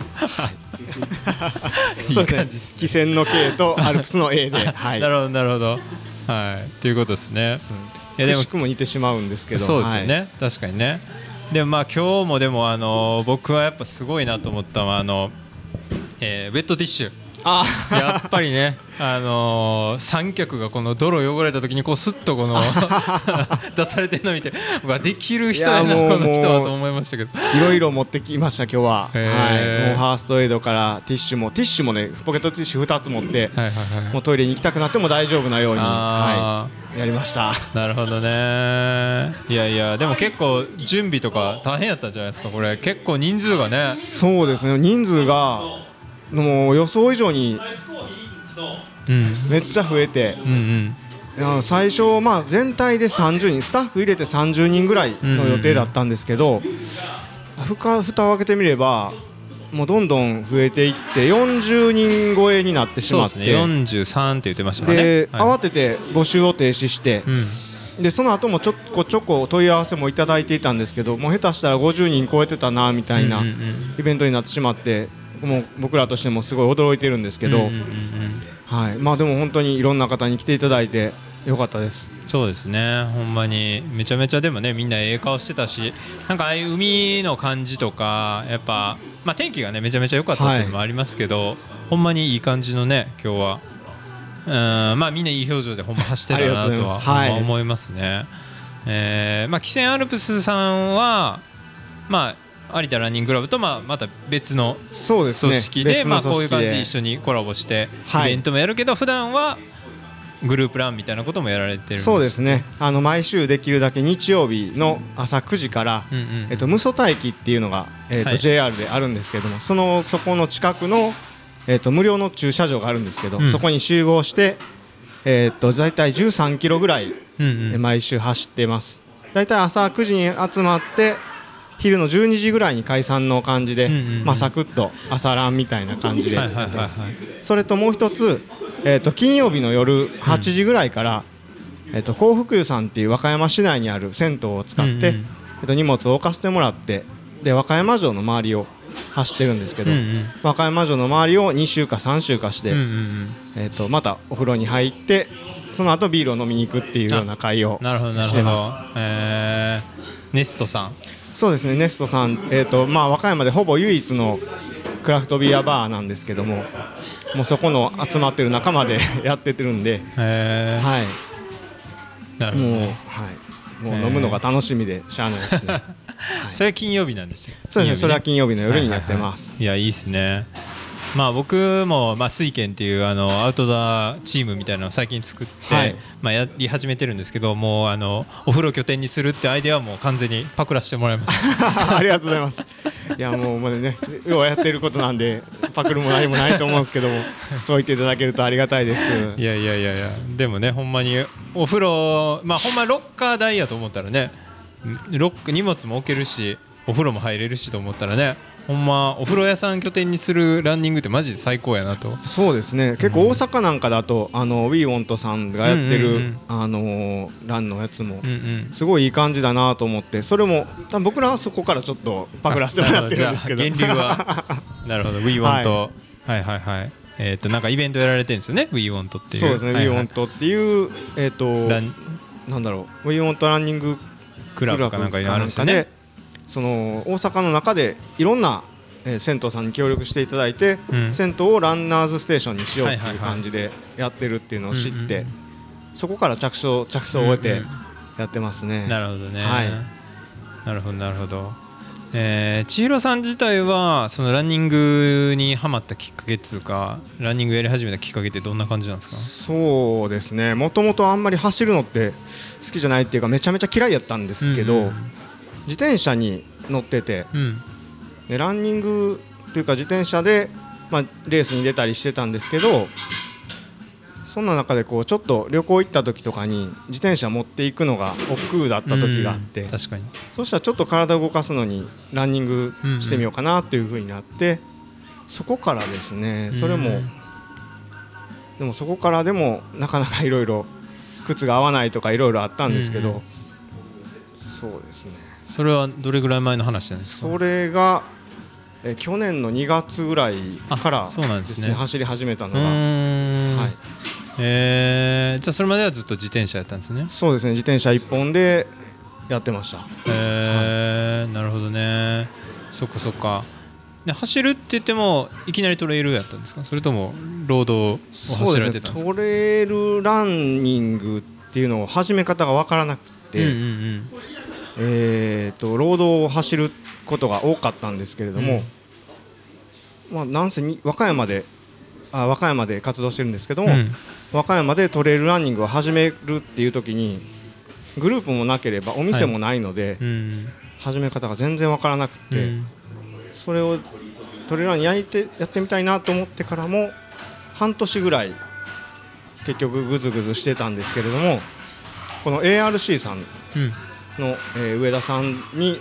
そうですね汽船の K とアルプスの A で、はい、 なるほどなるほどはいということですね。 いやでもくしくも似てしまうんですけどそうですよね、はい、確かにね。でもまあ今日もでも僕はやっぱすごいなと思ったのはウェットティッシュ。やっぱりね三脚がこの泥汚れた時にこうスッとこの出されてるのを見てできる人やなこの人はと思いましたけどいろいろ持ってきました今日は、はい、もうファーストエイドからティッシュもねポケットティッシュ2つ持って、はいはいはい、もうトイレに行きたくなっても大丈夫なように、はい、やりました。なるほどね。いやいやでも結構準備とか大変やったんじゃないですか。これ結構人数がね。 そうですね人数がもう予想以上にめっちゃ増えて、最初まあ全体で30人スタッフ入れて30人ぐらいの予定だったんですけど、蓋を開けてみればもうどんどん増えていって40人超えになってしまって、 そうですね43って言ってましたね。 で、慌てて募集を停止して、でその後もちょこ問い合わせもいただいていたんですけどもう下手したら50人超えてたなみたいなイベントになってしまって、もう僕らとしてもすごい驚いてるんですけど、はい、まあでも本当にいろんな方に来ていただいてよかったです。 そうですねほんまにめちゃめちゃでもねみんな顔してたし、なんかああいう海の感じとかやっぱ、まあ、天気がねめちゃめちゃ良かったっていうのもありますけど、ほんまにいい感じのね今日はまあみんないい表情でほんま走ってたなとは思いますね。まあ汽船アルプスさんはまあ有田ランニングクラブとまた別の組織でまあこういう感じで一緒にコラボしてイベントもやるけど、普段はグループランみたいなこともやられてるんですか。 そうですね毎週できるだけ日曜日の朝9時から無曽田駅っていうのがJR であるんですけども、そこの近くの無料の駐車場があるんですけど、そこに集合して大体13キロぐらい毎週走ってます。大体朝9時に集まって昼の12時ぐらいに解散の感じで、まあ、サクッと朝ランみたいな感じでやってます。それともう一つ、金曜日の夜8時ぐらいから、幸福湯さんっていう和歌山市内にある銭湯を使って、荷物を置かせてもらってで和歌山城の周りを走ってるんですけど、和歌山城の周りを2週か3週かして、またお風呂に入ってその後ビールを飲みに行くっていうような会をしてます。 ネストさん。 そうですねネストさん、まあ、和歌山でほぼ唯一のクラフトビアバーなんですけども、もうそこの集まってる仲間でやっててるんで、はい、なるほどね、もう飲むのが楽しみでしゃあないですね。はい、 それは金曜日なんですよ。 そうですねそれは金曜日の夜にやってます。 いやいいですね。まあ僕も水拳っていうアウトドアチームみたいなのを最近作って、まあやり始めてるんですけど、もうお風呂拠点にするってアイデアはもう完全にパクらせてもらいました。 ありがとうございます。いやもうね要はやってることなんでパクるも何もないと思うんですけども、そう言っていただけるとありがたいです。 いやでもねほんまにお風呂まあほんまロッカー代やと思ったらね荷物も置けるしお風呂も入れるしと思ったらね、ほんまお風呂屋さん拠点にするランニングってマジで最高やなと。 そうですね結構大阪なんかだとWeWant さんがやってるランのやつもすごいいい感じだなと思って、それも多分僕らはそこからちょっとパクらせてもらってるんですけど、 源流はなるほど WeWant はいはいはいなんかイベントやられてるんですよね WeWant っていう。 そうですね WeWant っていうなんだろう WeWant ランニングクラブかなんかにあるんですよね。 その大阪の中でいろんな銭湯さんに協力していただいて、銭湯をランナーズステーションにしようっていう感じでやってるっていうのを知って、そこから着想を得てやってますね。 なるほどね、なるほどなるほど。千尋さん自体はそのランニングにハマったきっかけっていうかランニングやり始めたきっかけってどんな感じなんですか。 そうですねもともとあんまり走るのって好きじゃないっていうかめちゃめちゃ嫌いやったんですけど、自転車に乗ってて、でランニングというか自転車で、レースに出たりしてたんですけど、 そんな中でこうちょっと旅行行った時とかに自転車持っていくのが億劫だった時があって、 確かに。 そしたらちょっと体を動かすのにランニングしてみようかなという風になって、そこからですね。それもでもそこからでもなかなかいろいろ靴が合わないとかいろいろあったんですけど、そうですね。 それはどれぐらい前の話なんですか？ それが去年の2月ぐらいからですね、走り始めたのが。はい。 じゃあそれまではずっと自転車やったんですね。 そうですね、自転車1本でやってました。 なるほどね。そっかそっか。で走るって言ってもいきなりトレイルやったんですか？それともロードを走られてたんですか？ トレイルランニングっていうのを始め方が分からなくて、ロードを走ることが多かったんですけれども、なんせ和歌山で活動してるんですけども、和歌山でトレイルランニングを始めるっていう時にグループもなければお店もないので、始め方が全然分からなくて、それをトレイルランやってみたいなと思ってからも半年ぐらい結局グズグズしてたんですけれども、この ARC さんの、上田さんに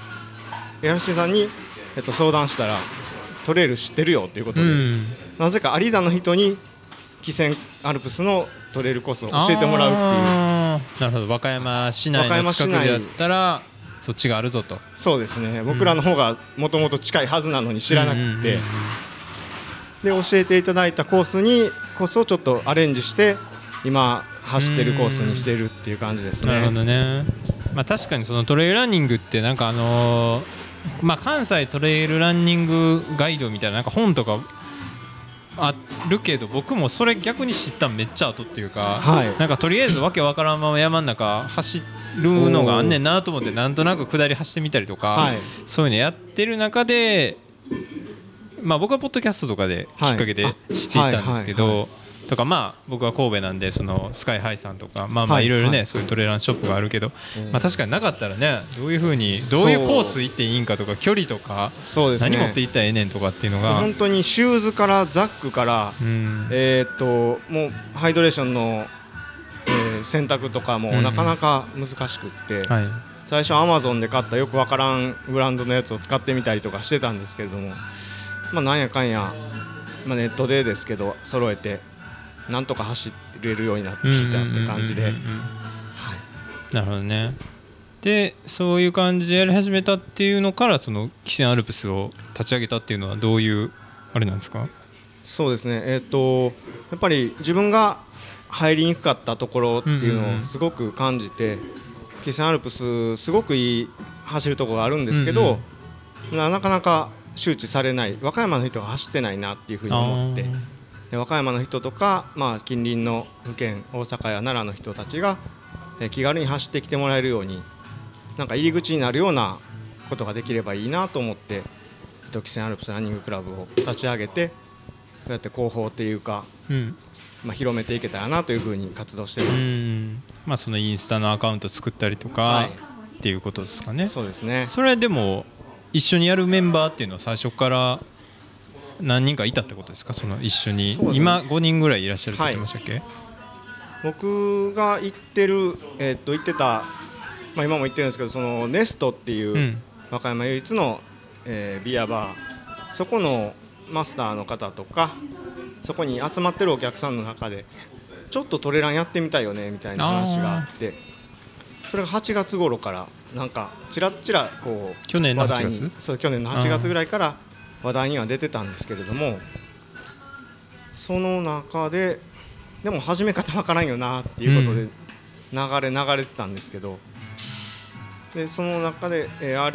ARC さんに、相談したらトレイル知ってるよということで、なぜか有田の人に紀仙アルプスのトレイルコースを教えてもらうっていう。 なるほど。和歌山市内の近くでやったらそっちがあるぞと。 そうですね。僕らの方がもともと近いはずなのに知らなくて、で教えていただいたコースをちょっとアレンジして今走ってるコースにしてるっていう感じですね。 なるほどね。確かにそのトレイルランニングってなんか関西トレイルランニングガイドみたいな、なんか本とかあるけど、僕もそれ逆に知ったんめっちゃ後っていうか、なんかとりあえずわけわからんまま山の中走るのがあんねんなと思って、なんとなく下り走ってみたりとか、そういうのやってる中で、僕はポッドキャストとかできっかけで知っていったんですけど、とか僕は神戸なんで、そのスカイハイさんとかいろいろね、そういうトレーランショップがあるけど、確かになかったらね、どういうコース行っていいんかとか、距離とか、何持って行ったらええねんとかっていうのが、 本当にシューズからザックから、もうハイドレーションの選択とかもなかなか難しくって、最初アマゾンで買ったよくわからんブランドのやつを使ってみたりとかしてたんですけれども、なんやかんや、ネットでですけど揃えてなんとか走れるようになってきたって感じで。 なるほどね。でそういう感じでやり始めたっていうのから、その紀仙アルプスを立ち上げたっていうのはどういうあれなんですか？ そうですね、やっぱり自分が入りにくかったところっていうのをすごく感じて、紀仙アルプスすごくいい走るところがあるんですけど、なかなか周知されない、和歌山の人が走ってないなっていうふうに思って、で和歌山の人とか、近隣の府県大阪や奈良の人たちが気軽に走ってきてもらえるように、なんか入り口になるようなことができればいいなと思って、紀仙アルプスランニングクラブを立ち上げて、そうやって広報っていうか、広めていけたらなというふうに活動しています。そのインスタのアカウント作ったりとか、っていうことですかね。 そうですね。 それでも一緒にやるメンバーっていうのは最初から何人かいたってことですか？その一緒に、今5人ぐらいいらっしゃるって言ってましたっけ？ 僕が行ってた、今も行ってるんですけど、そのネストっていう和歌山唯一の、ビアバー、そこのマスターの方とか、そこに集まってるお客さんの中でちょっとトレランやってみたいよねみたいな話があって、それが8月頃からなんかちらちらこう去年の8月？ そう、去年の8月ぐらいから話題には出てたんですけれども、その中ででも始め方わからんよなっていうことで流れてたんですけど、でその中で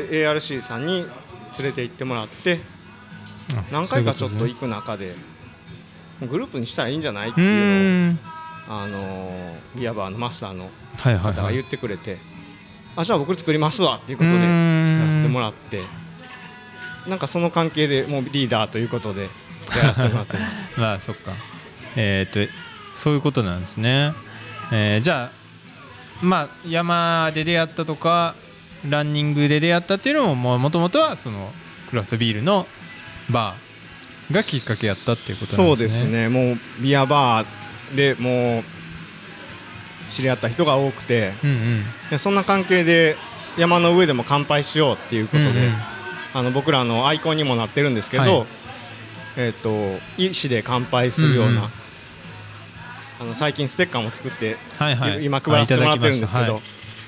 ARC さんに連れて行ってもらって、何回かちょっと行く中でグループにしたらいいんじゃないっていうのをビアバーのマスターの方が言ってくれて、じゃあ僕作りますわっていうことで作らせてもらって、なんかその関係でもうリーダーということでやらせてもらってます。 そっか。そういうことなんですね。じゃあ山で出会ったとかランニングで出会ったっていうのももともとはそのクラフトビールのバーがきっかけやったっていうことなんですね。 そうですね。もうビアバーでもう知り合った人が多くて、でそんな関係で山の上でも乾杯しようっていうことで、僕らのアイコンにもなってるんですけど、石で乾杯するような、最近ステッカーも作って、今配らせてもらってるんですけど、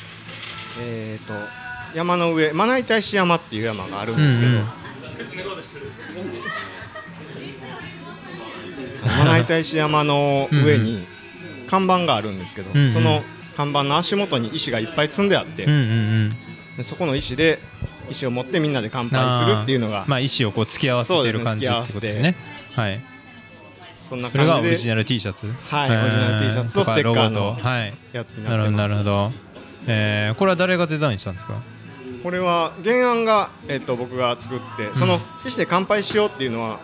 山の上真名板石山っていう山があるんですけど、真名板石山の上に看板があるんですけど、その看板の足元に石がいっぱい積んであって、でそこの石を持ってみんなで乾杯するっていうのが、 石をこう付き合わせてる感じってことですね。はい。 そんな感じで、 それがオリジナル T シャツ、 はい、オリジナル T シャツとステッカーのやつになってます。 なるほど。これは誰がデザインしたんですか？ これは原案が、僕が作って、その石で乾杯しようっていうのは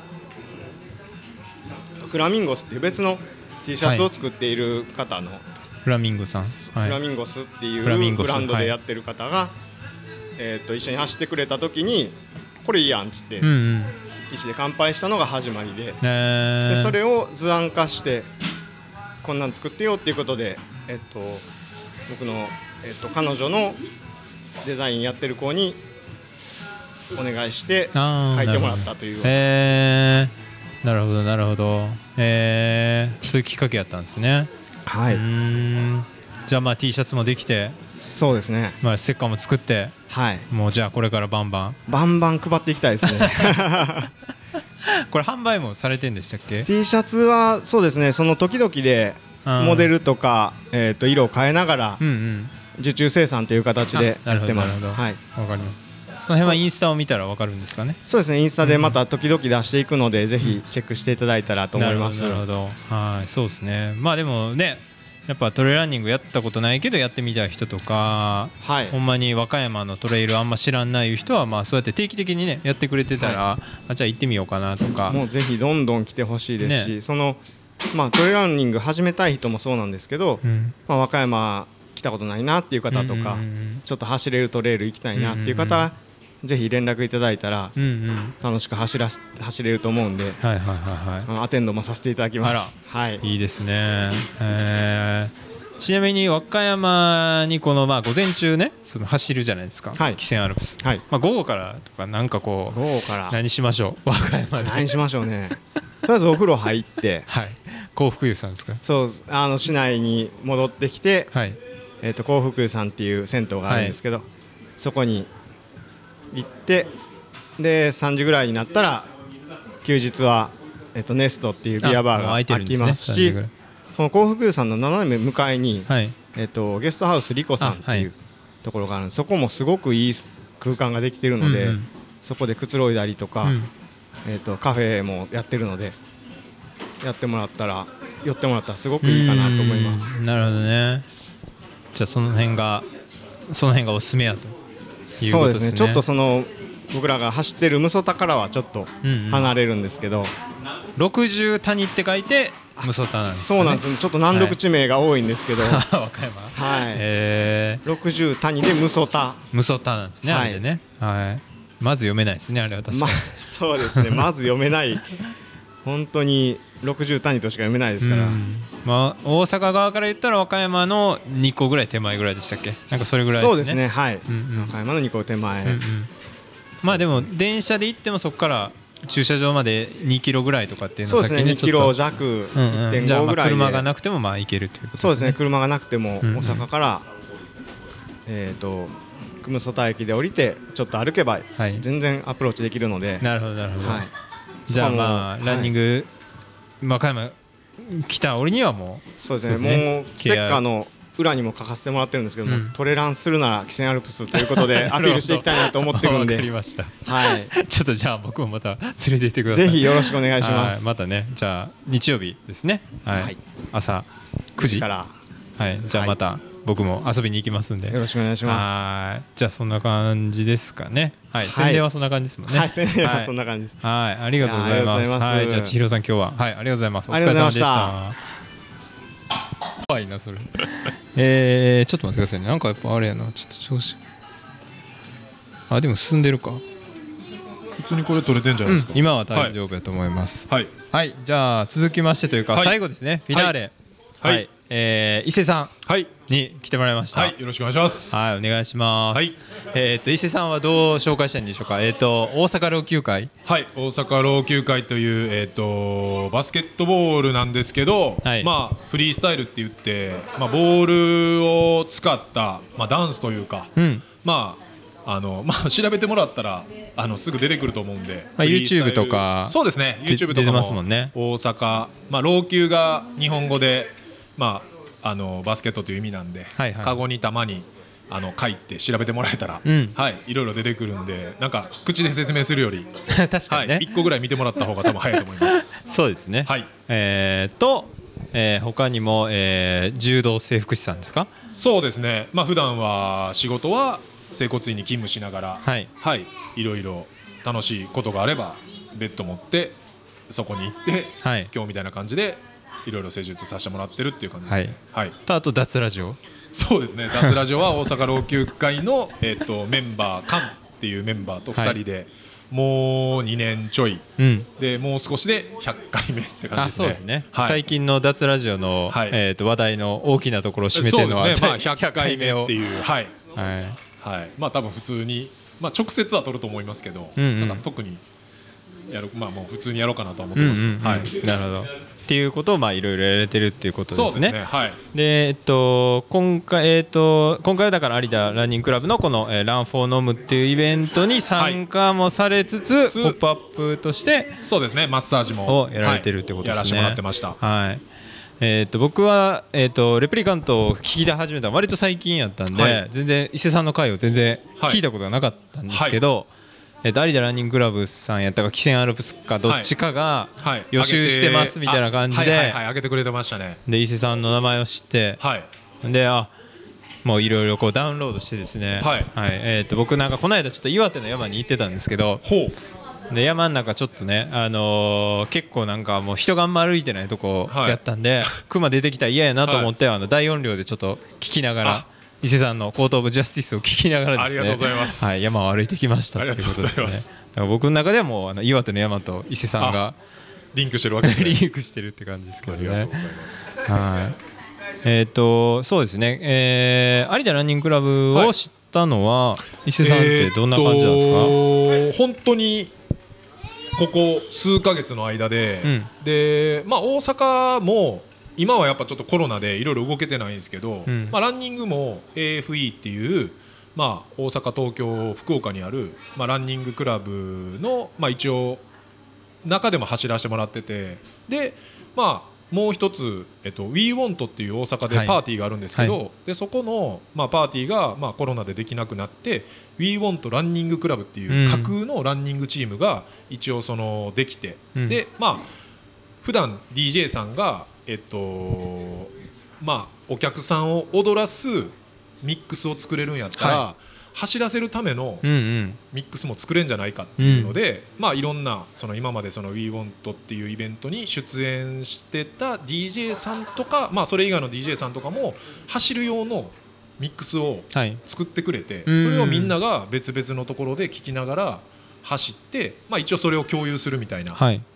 フラミンゴスっていう別の T シャツを作っている方の、 フラミンゴさん、 フラミンゴスっていうブランドでやってる方が、一緒に走ってくれた時にこれいいやんっつって、石で乾杯したのが始まりで、でそれを図案化してこんなん作ってよっていうことで、僕の、彼女のデザインやってる子にお願いして書いてもらったという。 なるほどなるほど。そういうきっかけやったんですね。 はい。 じゃあT シャツもできて、 そうですね。 ステッカーも作って、 はい。 もうじゃあこれからバンバン配っていきたいですね。 これ販売もされてんでしたっけ？ T シャツはそうですね。その時々でモデルとか色を変えながら受注生産という形でやってます。はい。 わかります。その辺はインスタを見たらわかるんですかね？ そうですね。インスタでまた時々出していくので、ぜひチェックしていただいたらと思います。 なるほど。はい。そうですね。でもね、やっぱトレイルランニングやったことないけどやってみたい人とか、ほんまに和歌山のトレイルあんま知らない人はそうやって定期的にねやってくれてたら、じゃあ行ってみようかなとか。 もうぜひどんどん来てほしいですし、そのトレイルランニング始めたい人もそうなんですけど、和歌山来たことないなっていう方とか、ちょっと走れるトレイル行きたいなっていう方はぜひ連絡いただいたら楽しく走れると思うんで、アテンドもさせていただきます。はい。 いいですね。ちなみに和歌山にこの午前中ねその走るじゃないですか、汽船アルプス。午後からとかなんかこう何しましょう？和歌山で何しましょうね。とりあえずお風呂入って、 幸福湯さんですか？ そう、市内に戻ってきて、幸福湯さんっていう銭湯があるんですけど、そこに行って、で3時ぐらいになったら休日は、ネストっていうビアバーが開きますし、この幸福湯さんの斜め向かいに、ゲストハウスリコさんっていうところがあるんです。そこもすごくいい空間ができているので、そこでくつろいだりとか、カフェもやってるので寄ってもらったらすごくいいかなと思います。 なるほどね。じゃあその辺がおすすめやということですね。 そうですね。ちょっと僕らが走ってるムソタからはちょっと離れるんですけど、 60谷って書いてムソタなんですかね。 そうなんですね。ちょっと難読地名が多いんですけど、 和歌山、 60谷でムソタなんですね。あれでね、まず読めないですね、あれは確かに。 そうですね。まず読めない。本当に60谷としか読めないですから。 大阪側から言ったら和歌山の2個ぐらい手前ぐらいでしたっけ？なんかそれぐらいですね。 そうですね。はい。和歌山の2個手前。 でも電車で行ってもそこから駐車場まで2キロぐらいとかっていうのを先にね、 2キロ弱 1.5 ぐらいで、 車がなくても行けるということですね。 そうですね。車がなくても大阪から雲外駅で降りてちょっと歩けば全然アプローチできるので。 なるほどなるほど。じゃあランニング和歌山来た折にはもうそうですね。もうステッカーの裏にも書かせてもらってるんですけども、トレランするなら汽船アルプスということでアピールしていきたいなと思ってるんで。 わかりました。 はい。 ちょっとじゃあ僕もまた連れて行ってください。 ぜひよろしくお願いします。 またね、じゃあ日曜日ですね。朝9時からじゃあまた僕も遊びに行きますんでよろしくお願いします。 じゃあそんな感じですかね。宣伝はそんな感じですもんね。 宣伝はそんな感じです。 ありがとうございます。じゃあ千尋さん今日はありがとうございます。お疲れ様でした。怖いなそれ。ちょっと待ってくださいね。なんかやっぱあれやな、ちょっと調子。でも進んでるか。 普通にこれ取れてんじゃないですか。 今は大丈夫やと思います。はい。じゃあ続きましてというか最後ですね。フィナーレ。 はい、伊勢さんに来てもらいました。 はい、よろしくお願いします。 はい、お願いします。はい、伊勢さんはどう紹介したいんでしょうか。大阪老朽会。 はい、大阪老朽会というバスケットボールなんですけど、はい、まあフリースタイルって言って、まあボールを使ったまあダンスというか、まあ調べてもらったらすぐ出てくると思うんで、 まあ、YouTube とかそうですね YouTube とかも大阪、まあ、老朽が日本語で、まあ、バスケットという意味なんで、カゴにたまに書いて調べてもらえたら、はい、いろいろ出てくるんで、なんか口で説明するより確かにね、 1個ぐらい見てもらった方が多分早いと思いますそうですね、はい、他にも、柔道整復師さんですか。 そうですね、まあ普段は仕事は整骨院に勤務しながら、はい、いろいろ楽しいことがあればベッド持ってそこに行って、はい、今日みたいな感じでいろいろ施術させてもらってるっていう感じですね。はい、 あと脱ラジオ。 そうですね、脱ラジオは大阪老朽会のメンバーカンっていうメンバーと2人で、もう2年ちょい、でもう少しで100回目って感じですね。 そうですね、最近の脱ラジオの、話題の大きなところを占めてるのは、 そうですね、まあ、100回目っていう、はい、まあ多分普通に、まあ、直接は取ると思いますけど、なんか特にまあもう普通にやろうかなと思ってます。 なるほど。っていうことをまあいろいろやれてるっていうことですね。 そうですね。はい。 で今回はだから有田ランニングクラブのこのランフォーノムっていうイベントに参加もされつつ、ポップアップとしてそうですね、マッサージもやられてるってことですね。 やらせてもらってました。 はい。僕は、レプリカントを聞き始めたのは割と最近やったんで、全然伊勢さんの回を全然聞いたことがなかったんですけど、有田ランニングクラブさんやったかキセンアルプスかどっちかが予習してますみたいな感じで上げてくれてましたね。 で伊勢さんの名前を知って、でもういろいろこうダウンロードしてですね、僕なんかこの間ちょっと岩手の山に行ってたんですけど、で山の中ちょっとね、結構なんかもう人があんま歩いてないとこやったんで、熊出てきたら嫌やなと思って、大音量でちょっと聞きながら伊勢さんのコートオブジャスティスを聞きながらですね、 ありがとうございます、 山を歩いてきましたっていうことですね。だから僕の中ではもう岩手の山と伊勢さんがリンクしてるわけですね。 リンクしてるって感じですけどね。 ありがとうございます。 そうですね、有田ランニングクラブを知ったのは、伊勢さんってどんな感じなんですか。 本当にここ数ヶ月の間で、でまあ大阪も今はやっぱちょっとコロナでいろいろ動けてないんですけど、まあ、ランニングも AFE っていう、まあ、大阪、東京、福岡にある、まあ、ランニングクラブの、まあ、一応中でも走らせてもらってて、で、まあ、もう一つ、WeWant っていう大阪でパーティーがあるんですけど、でそこの、まあ、パーティーが、まあ、コロナでできなくなって、WeWant ランニングクラブっていう架空のランニングチームが一応できて、でまあ普段 DJ さんがまあ、お客さんを踊らすミックスを作れるんやったら、走らせるためのミックスも作れんじゃないかっていうので、まあ、いろんな今までWeWant っていうイベントに出演してた DJ さんとか、まあ、それ以外の DJ さんとかも走る用のミックスを作ってくれて、それをみんなが別々のところで聴きながら走って、まあ、一応それを共有するみたいな、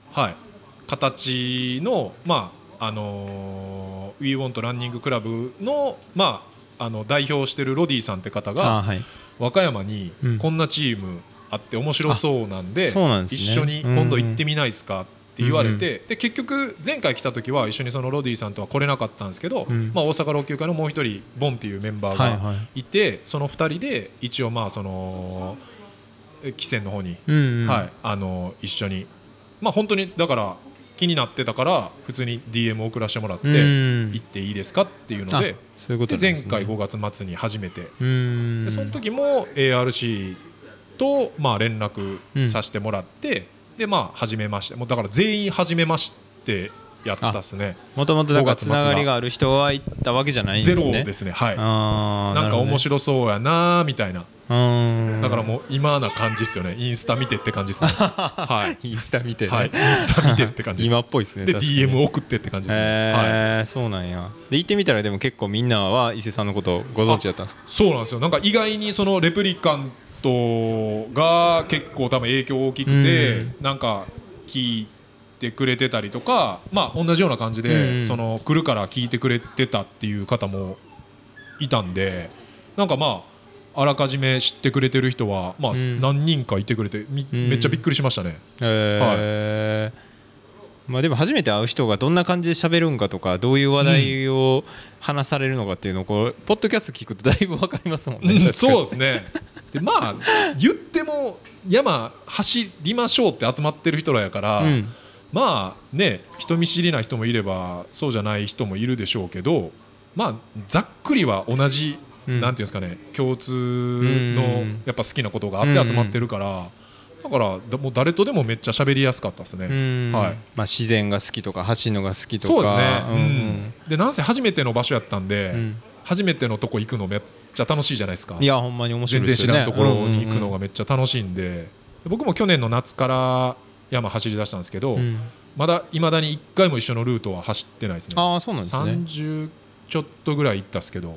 形の、まあWeWant ランニングクラブの、まあ、代表してるロディさんって方が、和歌山にこんなチームあって面白そうなんで、一緒に今度行ってみないですかって言われて、で結局前回来た時は一緒にそのロディさんとは来れなかったんですけど、まあ、大阪老朽会のもう一人ボンっていうメンバーがいて、その2人で一応まあ汽船の方に、一緒に、まあ本当にだから気になってたから普通に DM を送らせてもらって、行っていいですかっていうので、前回5月末に初めて、でその時も ARC とまあ連絡させてもらって、でまあ初めまして、もうだから全員初めましてやったっすね。 もともとだからつながりがある人は行ったわけじゃないんですね。 ゼロですね。はい。なんか面白そうやなみたいな。だからもう今な感じですよね。インスタ見てって感じですね。はい。 インスタ見てね。 はい。インスタ見てって感じです。 今っぽいですね。 で DM 送ってって感じですね。 そうなんや。で行ってみたらでも結構みんなは伊勢さんのことをご存知だったんですか。 そうなんですよ。なんか意外にそのレプリカントが結構多分影響大きくて、なんか聞いてくれてたりとか、まあ同じような感じで、その来るから聞いてくれてたっていう方もいたんで、なんかまああらかじめ知ってくれてる人はまあ何人かいてくれてめっちゃびっくりしましたね。はい。 まあでも初めて会う人がどんな感じで喋るんかとかどういう話題を話されるのかっていうのをこうポッドキャスト聞くとだいぶ分かりますもんね。 そうですね。でまあ言っても山走りましょうって集まってる人らやから、まあね人見知りな人もいればそうじゃない人もいるでしょうけど、まあざっくりは同じなんていうんですかね、共通のやっぱ好きなことがあって集まってるから。だからもう誰とでもめっちゃ喋りやすかったですね。はい。 まあ自然が好きとか走るのが好きとか。 そうですね。でなんせ初めての場所やったんで、初めてのとこ行くのめっちゃ楽しいじゃないですか。 いやほんまに面白いですよね。 全然知らんところに行くのがめっちゃ楽しいんで、僕も去年の夏から山走り出したんですけど、まだ未だに1回も一緒のルートは走ってないですね。 ああそうなんですね。 30ちょっとぐらい行ったっすけど、はい。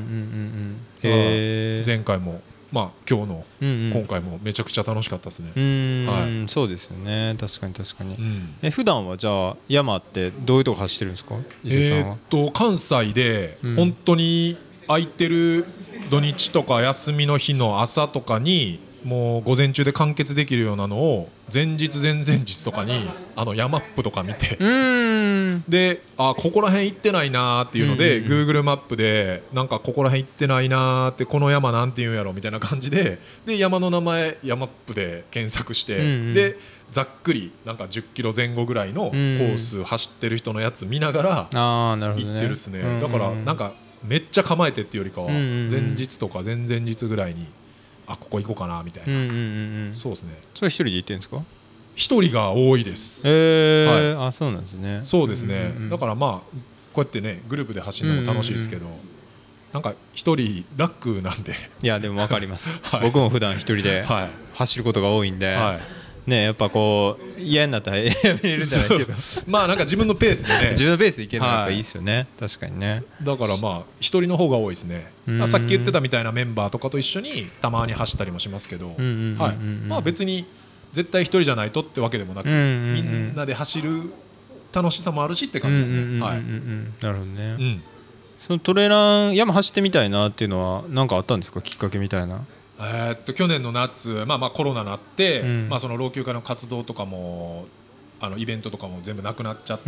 前回も。まあ今日の今回もめちゃくちゃ楽しかったですね。 はい、そうですよね。確かに確かに。普段はじゃあ山ってどういうとこ走ってるんですか？伊勢さんは。 関西で本当に空いてる土日とか休みの日の朝とかにもう午前中で完結できるようなのを前日前々日とかに山っぷとか見てでここら辺行ってないなーっていうので Google マップでなんかここら辺行ってないなーってこの山なんて言うんやろみたいな感じで山の名前山っぷで検索してでざっくりなんか10キロ前後ぐらいのコース走ってる人のやつ見ながら行ってるっすね。だからなんかめっちゃ構えてっていうよりかは前日とか前々日ぐらいにここ行こうかなみたいな。そうですね。 それ一人で行ってるんですか？ 一人が多いです。 はい。そうなんですね。 そうですね。だからまあこうやってねグループで走るのも楽しいですけど、なんか一人楽なんで。 いやでも分かります。僕も普段一人で走ることが多いんで。ね、やっぱこう嫌になったらやめれるんじゃないけどまあなんか自分のペースでね自分のペースでいけるのがやっぱいいですよね。確かにね。 だからまあ一人の方が多いですね。さっき言ってたみたいなメンバーとかと一緒にたまに走ったりもしますけど、まあ別に絶対一人じゃないとってわけでもなくみんなで走る楽しさもあるしって感じですね。なるほどね。そのトレラン山走ってみたいなっていうのは何かあったんですか？きっかけみたいな。 去年の夏、まあコロナになって、まあその老朽化の活動とかもイベントとかも全部なくなっちゃって、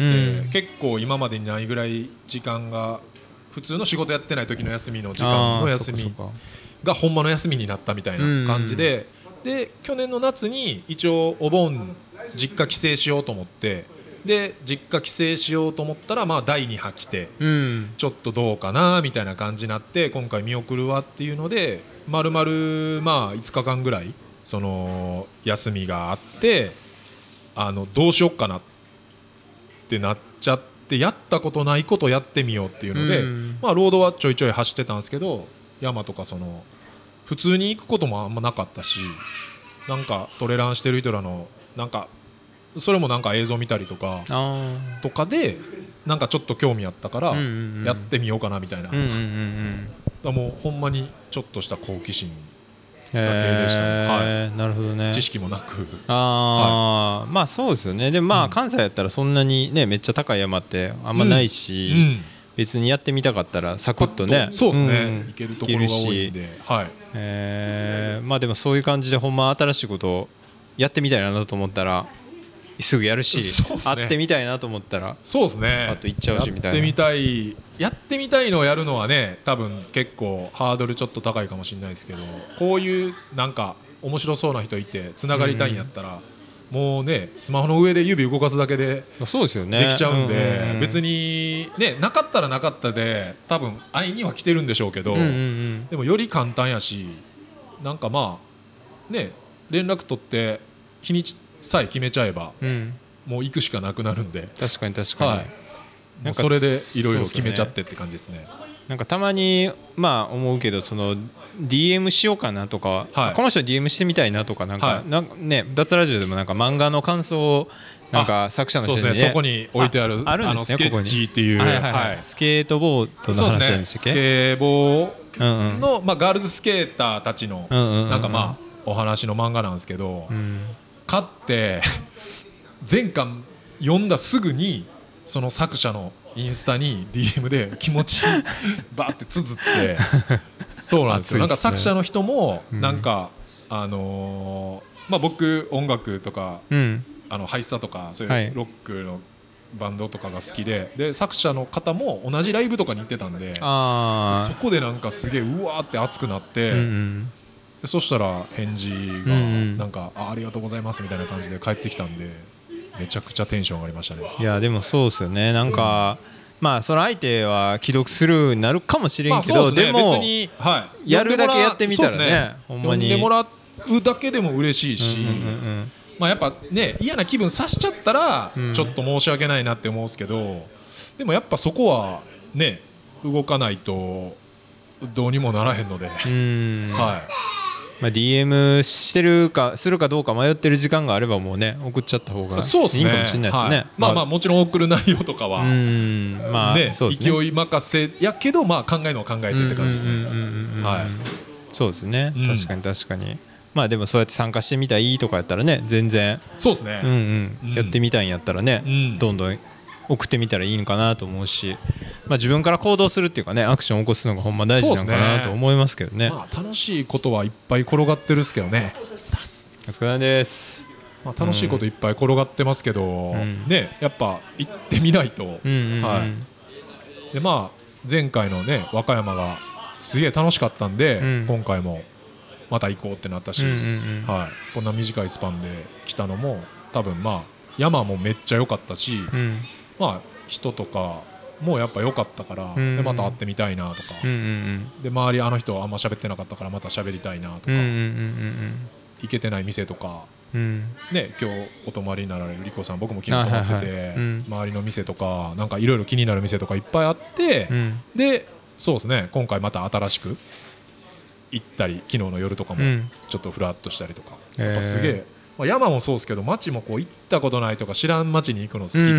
結構今までにないぐらい時間が普通の仕事やってない時の休みの時間の休みがほんまの休みになったみたいな感じで、で去年の夏に一応お盆実家帰省しようと思ってで実家帰省しようと思ったらまあ第2波来て、ちょっとどうかなみたいな感じになって今回見送るわっていうので丸々まあ5日間ぐらいその休みがあってどうしよっかなってなっちゃってやったことないことやってみようっていうので、まあロードはちょいちょい走ってたんですけど山とかその普通に行くこともあんまなかったしなんかトレランしてる人らのなんかそれもなんか映像見たりとかでなんかちょっと興味あったからやってみようかなみたいな。もうほんまにちょっとした好奇心だけでしたね。 なるほどね。 知識もなく。 まあそうですよね。でもまあ関西やったらそんなにねめっちゃ高い山ってあんまないし、別にやってみたかったらサクッとねそうですね、行けるところが多いんで、 まあでもそういう感じでほんま新しいことをやってみたいなと思ったらすぐやるし、会ってみたいなと思ったらそうですねあと行っちゃうしみたいな。 やってみたいのをやるのはね多分結構ハードルちょっと高いかもしれないですけど、こういうなんか面白そうな人いてつながりたいんやったら、もうねスマホの上で指動かすだけでできちゃうんで、別にねなかったらなかったで多分会いには来てるんでしょうけど、でもより簡単やしなんかまあね連絡取って日にちさえ決めちゃえば、もう行くしかなくなるんで。 確かに確かに、 なんかそれでいろいろ決めちゃってって感じですね。 なんかたまにまあ思うけどその DM しようかなとか、この人 DM してみたいなとかなんかね脱ラジオでもなんか漫画の感想をなんか作者の人にねそこに置いてあるあるんですね。 スケッチっていうスケートボードの話なんでしたっけ？ スケボーのまあガールズスケーターたちのなんかまあお話の漫画なんですけど、買って全巻読んだすぐにその作者のインスタに DM で気持ちバーって綴ってそうなんですよ。なんか作者の人もなんか、僕音楽とか、ハイスタとかそういうロックのバンドとかが好きで、作者の方も同じライブとかに行ってたんで、そこでなんかすげえうわーって熱くなって、でそしたら返事がなんか、ありがとうございますみたいな感じで返ってきたんで、めちゃくちゃテンション上がりましたね。 いやでもそうですよね。なんか、その相手は既読スルーになるかもしれんけど、でも別に、やるだけやってみたらね、ほんまに読んでもらうだけでも嬉しいし、やっぱね嫌な気分さしちゃったらちょっと申し訳ないなって思うんですけど、でもやっぱそこはね動かないとどうにもならへんので、 DM してるかするかどうか迷ってる時間があればもうね送っちゃった方がいいかもしれないですね。 もちろん送る内容とかは勢い任せやけど考えるのは考えてって感じですね。 そうですね、確かに。でもそうやって参加してみたいとかやったらね全然そうですね、 やってみたいんやったらね、どんどん送ってみたらいいのかなと思うし、自分から行動するっていうかねアクションを起こすのがほんま大事なのかなと思いますけどね。 楽しいことはいっぱい転がってるっすけどね。 お疲れです。 楽しいこといっぱい転がってますけど、やっぱ行ってみないと。で前回のね和歌山がすげえ楽しかったんで、今回もまた行こうってなったし、こんな短いスパンで来たのも多分山もめっちゃ良かったし、人とかもやっぱ良かったから、でまた会ってみたいなとか、で周りあの人あんま喋ってなかったからまた喋りたいなとか、行けてない店とか、今日お泊まりになられるリコさん僕も昨日泊まってて、周りの店とかなんかいろいろ気になる店とかいっぱいあって、でそうですね今回また新しく行ったり昨日の夜とかもちょっとフラッとしたりとか、やっぱすげえ、山もそうですけど街もこう行ったことないとか知らん街に行くの好きで、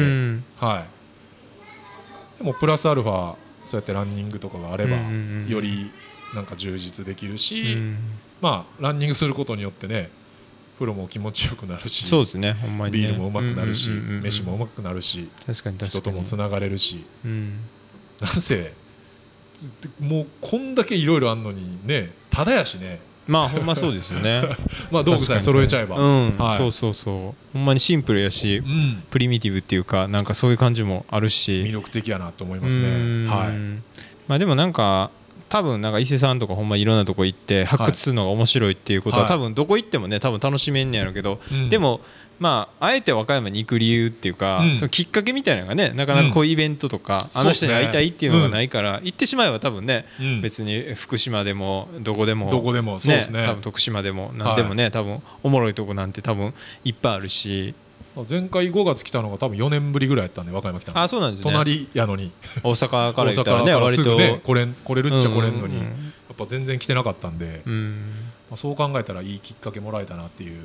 でもプラスアルファそうやってランニングとかがあればよりなんか充実できるし、ランニングすることによってね風呂も気持ちよくなるし、 そうですね、ほんまにね、 ビールもうまくなるし、飯もうまくなるし、人ともつながれるし、なんせもうこんだけいろいろあんのにねただやしね。 ほんまそうですよね。 道具さえ揃えちゃえば、 そうほんまにシンプルやし、プリミティブっていうかなんかそういう感じもあるし魅力的やなと思いますね。 でもなんか多分なんか伊勢さんとかほんまいろんなとこ行って発掘するのが面白いっていうことは多分どこ行ってもね多分楽しめんねやろうけど、でもあえて和歌山に行く理由っていうか、そのきっかけみたいなのがねなかなかこういうイベントとか、あの人に会いたいっていうのがないから、行ってしまえば多分ね、別に福島でもどこでもそうですね、 多分徳島でも何でもね、多分おもろいとこなんて多分いっぱいあるし、 前回5月来たのが多分4年ぶりぐらいやったんで和歌山来たの。 そうなんですね。 隣やのに大阪から行ったらね割と来れるっちゃ来れんのに、やっぱ全然来てなかったんで、そう考えたらいいきっかけもらえたなっていう、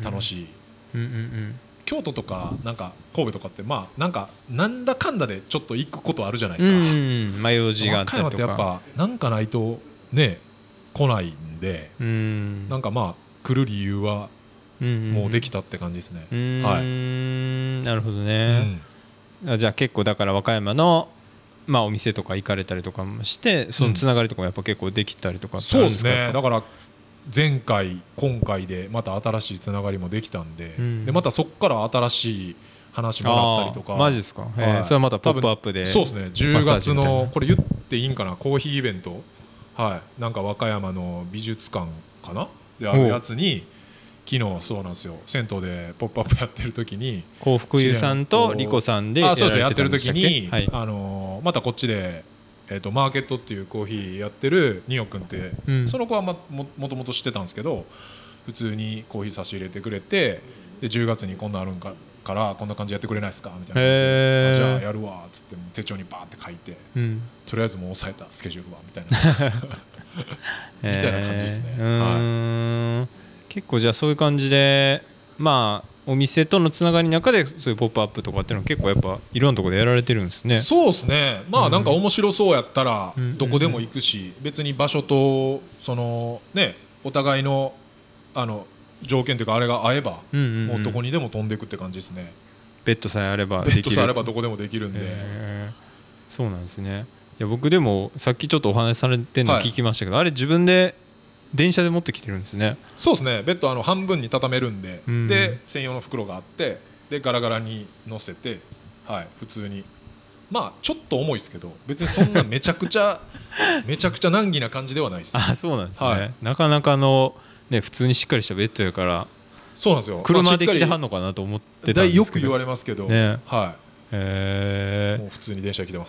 楽しい、京都とかなんか神戸とかってなんだかんだでちょっと行くことあるじゃないですか。 迷う字があったりとか、 和歌山ってやっぱなんかないとね来ないんで、なんか来る理由はもうできたって感じですね。 なるほどね。じゃあ結構だから和歌山のお店とか行かれたりとかもしてそのつながりとかもやっぱ結構できたりとかってあるんですか？ そうですね。だから前回今回でまた新しいつながりもできたんで、でまたそこから新しい話もらったりとか。 マジですか？それはまたポップアップで。 そうですね。10月のこれ言っていいんかな、コーヒーイベント、なんか和歌山の美術館かなであるやつに昨日そうなんですよ、銭湯でポップアップやってる時に幸福湯さんとリコさんでやってる時に、またこっちでマーケットっていうコーヒーやってるニオ君って、その子はもともと知ってたんですけど普通にコーヒー差し入れてくれて、で10月にこんなあるんからこんな感じやってくれないですかみたいな感じで、じゃあやるわっつって手帳にバーって書いて、とりあえずもう抑えたスケジュールはみたいなみたいな感じですね。 結構じゃあそういう感じでお店とのつながりの中でそういうポップアップとかっていうのは結構やっぱいろんなところでやられてるんですね。 そうですね。なんか面白そうやったらどこでも行くし、別に場所とそのねお互いの条件というかあれが合えばもうどこにでも飛んでいくって感じですね。 ベッドさえあればできる。 ベッドさえあればどこでもできるんで、 そうなんですね。いや僕でもさっきちょっとお話しされてるの聞きましたけど、あれ自分で電車で持ってきてるんですね。 そうですね。ベッド半分に畳めるんで、で専用の袋があって、でガラガラに乗せて、はい、普通にまあちょっと重いですけど、別にそんなめちゃくちゃ難儀な感じではないです。 あ、そうなんですね。なかなかのね、普通にしっかりしたベッドやから。 そうなんですよ。 車で来てはんのかなと思ってたんですけど。 よく言われますけど、 ね、 はい。もう普通に電車来てます。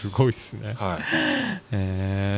すごいですね。 はい。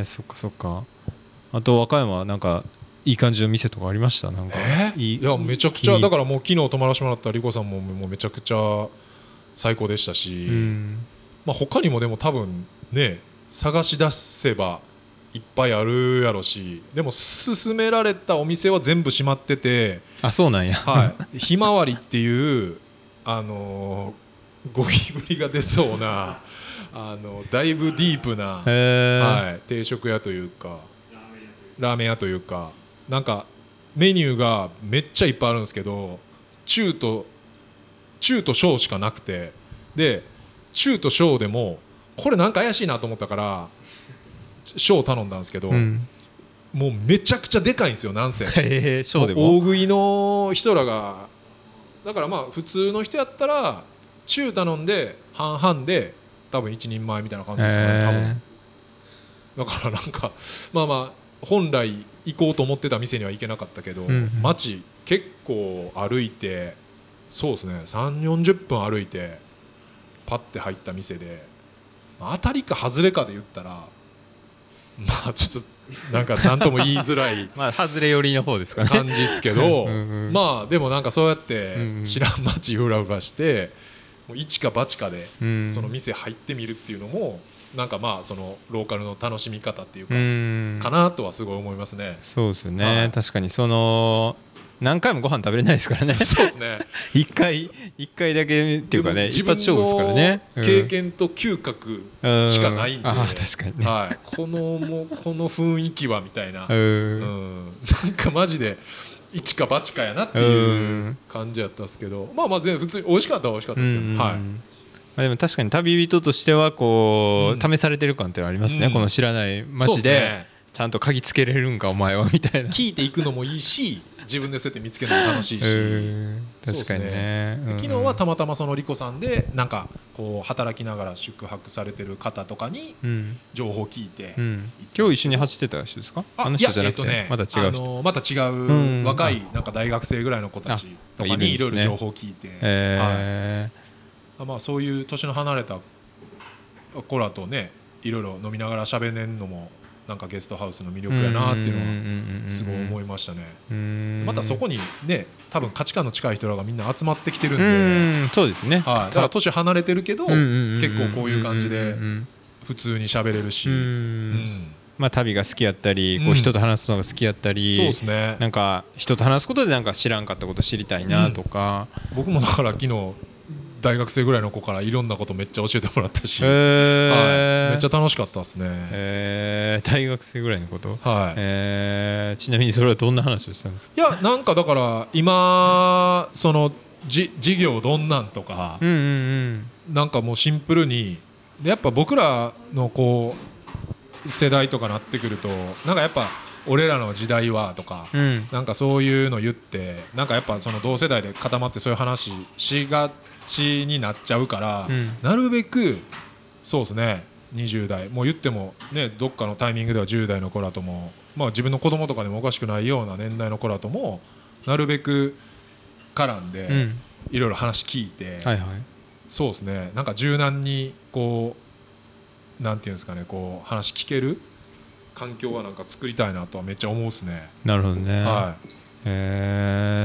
そっかそっか。あと和歌山なんかいい感じの店とかありました？なんかいやめちゃくちゃ、だからもう昨日泊まらせてもらったリコさんももうめちゃくちゃ最高でしたし、まあ他にもでも多分ね探し出せばいっぱいあるやろし、でも勧められたお店は全部閉まってて。 あ、そうなんや。 はい。ひまわりっていうゴキブリが出そうなだいぶディープな、はい、定食屋というかラーメン屋というか、なんかメニューがめっちゃいっぱいあるんですけど、中と小しかなくて、で中と小でもこれなんか怪しいなと思ったから小頼んだんですけど、もうめちゃくちゃでかいんですよ、なんせ。 小でも大食いの人らが、だからまあ普通の人やったら中頼んで半々で多分一人前みたいな感じですかね、多分。だからなんかまあまあ本来行こうと思ってた店には行けなかったけど、街結構歩いて、そうですね、3、40分歩いてパッて入った店で、当たりか外れかで言ったらまあちょっとなんか何とも言いづらいまあ外れ寄りの方ですかね、 感じですけどまあでもなんかそうやって知らん街うらうらしてもう一か八かでその店入ってみるっていうのもなんかまあそのローカルの楽しみ方っていうかかなとはすごい思いますね。 そうですね、はい、確かにその何回もご飯食べれないですからね。 そうですね。 一回だけっていうかね、一発勝負ですからね。 経験と嗅覚しかないんで、 あ、確かにね、 はい、この雰囲気はみたいな、なんかマジで一か八かやなっていう感じやったんですけど、まあまあ全然普通に美味しかったは美味しかったですけど、はい。まあ、でも確かに旅人としてはこう、試されてる感っていうのありますね、この知らない街でちゃんと鍵つけれるんかお前はみたいな。 聞いていくのもいいし、自分でそうやって見つけるのも楽しいし、 確かにね。 昨日はたまたまそのリコさんでなんかこう働きながら宿泊されてる方とかに情報を聞いて、 今日一緒に走ってた人ですか？あの人じゃなくて、また違う人、 また違う若いなんか大学生ぐらいの子たちとかにいろいろ情報を聞いて、まあそういう年の離れた子らとねいろいろ飲みながら喋れんのもなんかゲストハウスの魅力やなっていうのはすごい思いましたね。またそこにね多分価値観の近い人らがみんな集まってきてるんで、 そうですね、 はい、だから年離れてるけど結構こういう感じで普通に喋れるし、 まあ、旅が好きやったりこう人と話すのが好きやったり、 そうですね、 なんか人と話すことでなんか知らんかったこと知りたいなとか、 僕もだから昨日大学生ぐらいの子からいろんなことめっちゃ教えてもらったし、はい、めっちゃ楽しかったですね。 大学生ぐらいのこと、 はい、 ちなみにそれはどんな話をしたんですか？ いやなんかだから今その事業どんなんとか、なんかもうシンプルにでやっぱ僕らのこう世代とかなってくるとなんかやっぱ俺らの時代はとか、なんかそういうの言ってなんかやっぱその同世代で固まってそういう話しがちになっちゃうから、なるべくそうですね20代もう言ってもねどっかのタイミングでは10代の子らとも、まあ、自分の子供とかでもおかしくないような年代の子らともなるべく絡んでいろいろ話聞いて、そうですねなんか柔軟にこうなんていうんですかねこう話聞ける環境はなんか作りたいなとはめっちゃ思うですね。 なるほどね、 はい、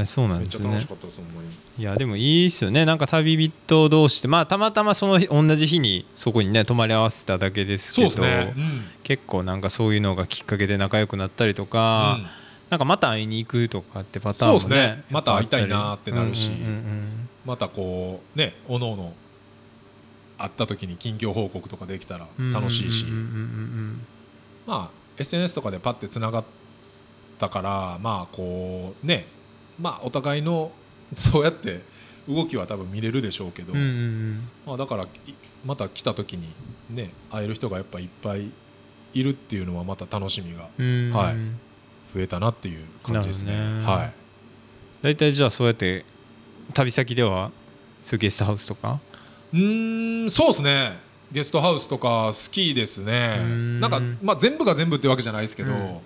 そうなんですね。 めっちゃ楽しかったですほんまに。 いやでもいいですよね。なんか旅人同士で、まあ、たまたまその同じ日にそこにね泊まり合わせただけですけど、結構なんかそういうのがきっかけで仲良くなったりとか、なんかまた会いに行くとかってパターンもね、 そうですねまた会いたいなってなるし、またこうねおのおの会った時に近況報告とかできたら楽しいし、まあ SNS とかでパッてつながったからまあこうねまあお互いのそうやって動きは多分見れるでしょうけど、まあ、だからまた来た時にね会える人がやっぱいっぱいいるっていうのはまた楽しみが、はい、増えたなっていう感じですね。はい。 だいたいじゃあそうやって旅先ではそういうゲストハウスとかそうですね、ゲストハウスとか好きですね。なんか、まあ、全部が全部ってわけじゃないですけど、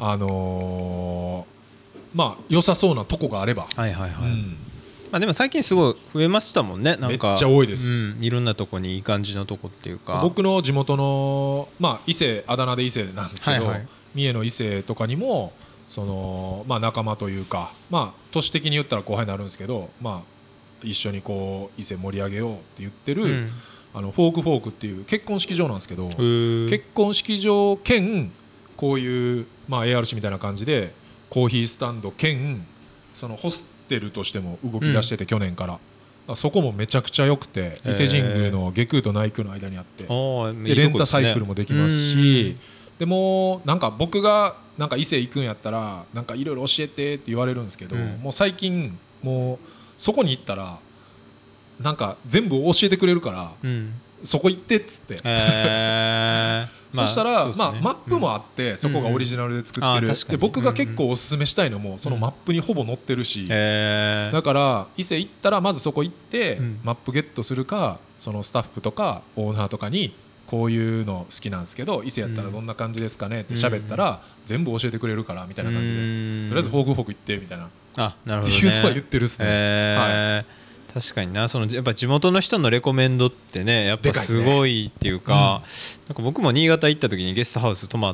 まあ良さそうなとこがあれば、 はいはいはい、まあ、でも最近すごい増えましたもんね。なんかめっちゃ多いです、 いろんなとこにいい感じのとこっていうか、 僕の地元の、まあ、伊勢、あだ名で伊勢なんですけど、三重の伊勢とかにもその、まあ、仲間というか、まあ、都市的に言ったら後輩になるんですけど、まあ、一緒にこう伊勢盛り上げようって言ってる、フォークっていう結婚式場なんですけど、結婚式場兼こういう、まあ、ARC みたいな感じでコーヒースタンド兼そのホステルとしても動き出してて、去年からそこもめちゃくちゃ良くて、伊勢神宮の下空と内宮の間にあって、でレンタサイクルもできますし、でもなんか僕がなんか伊勢行くんやったらなんかいろいろ教えてって言われるんですけど、もう最近もうそこに行ったらなんか全部教えてくれるから、そこ行ってっつって、そしたら、まあ、マップもあって、そこがオリジナルで作ってる、で僕が結構おすすめしたいのもそのマップにほぼ載ってるし、だから伊勢行ったらまずそこ行って、マップゲットするか、そのスタッフとかオーナーとかにこういうの好きなんですけど伊勢やったらどんな感じですかねって喋ったら、全部教えてくれるからみたいな感じで、とりあえずホークホーク行ってみたいな、 なるほどね、 っていうのは言ってるっすね。 確かにな、そのやっぱ地元の人のレコメンドってねやっぱすごいっていうか、なんか僕も新潟行った時にゲストハウス泊まって、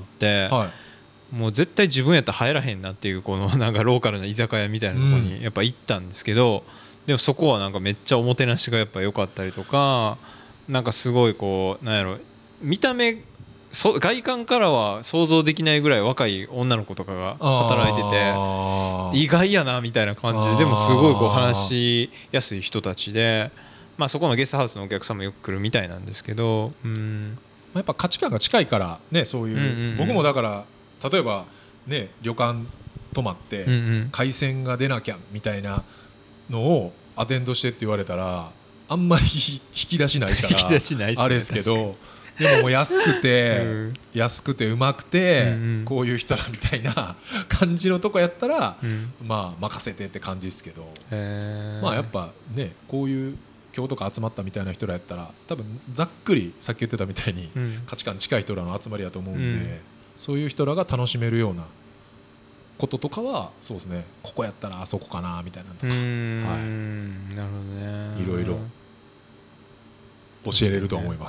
もう絶対自分やったら入らへんなっていうこのなんかローカルな居酒屋みたいなところにやっぱ行ったんですけど、でもそこはなんかめっちゃおもてなしがやっぱ良かったりとか、なんかすごいこうなんやろ、見た目外観からは想像できないぐらい若い女の子とかが働いてて、意外やなみたいな感じで、でもすごいこう話しやすい人たちで、まあ、そこのゲストハウスのお客さんもよく来るみたいなんですけど、 やっぱ価値観が近いからね、そういう、僕もだから例えばね旅館泊まって海鮮が出なきゃみたいなのをアテンドしてって言われたらあんまり引き出しないからあれですけど、でももう安くてうまくて、こういう人らみたいな感じのとこやったら、まあ任せてって感じですけど、まあやっぱねこういう今日とか集まったみたいな人らやったら多分ざっくりさっき言ってたみたいに価値観近い人らの集まりやと思うんで、そういう人らが楽しめるようなこととかはそうですね、ここやったらあそこかなみたいなとか、 なるほどね、 いろいろ教えれると思います。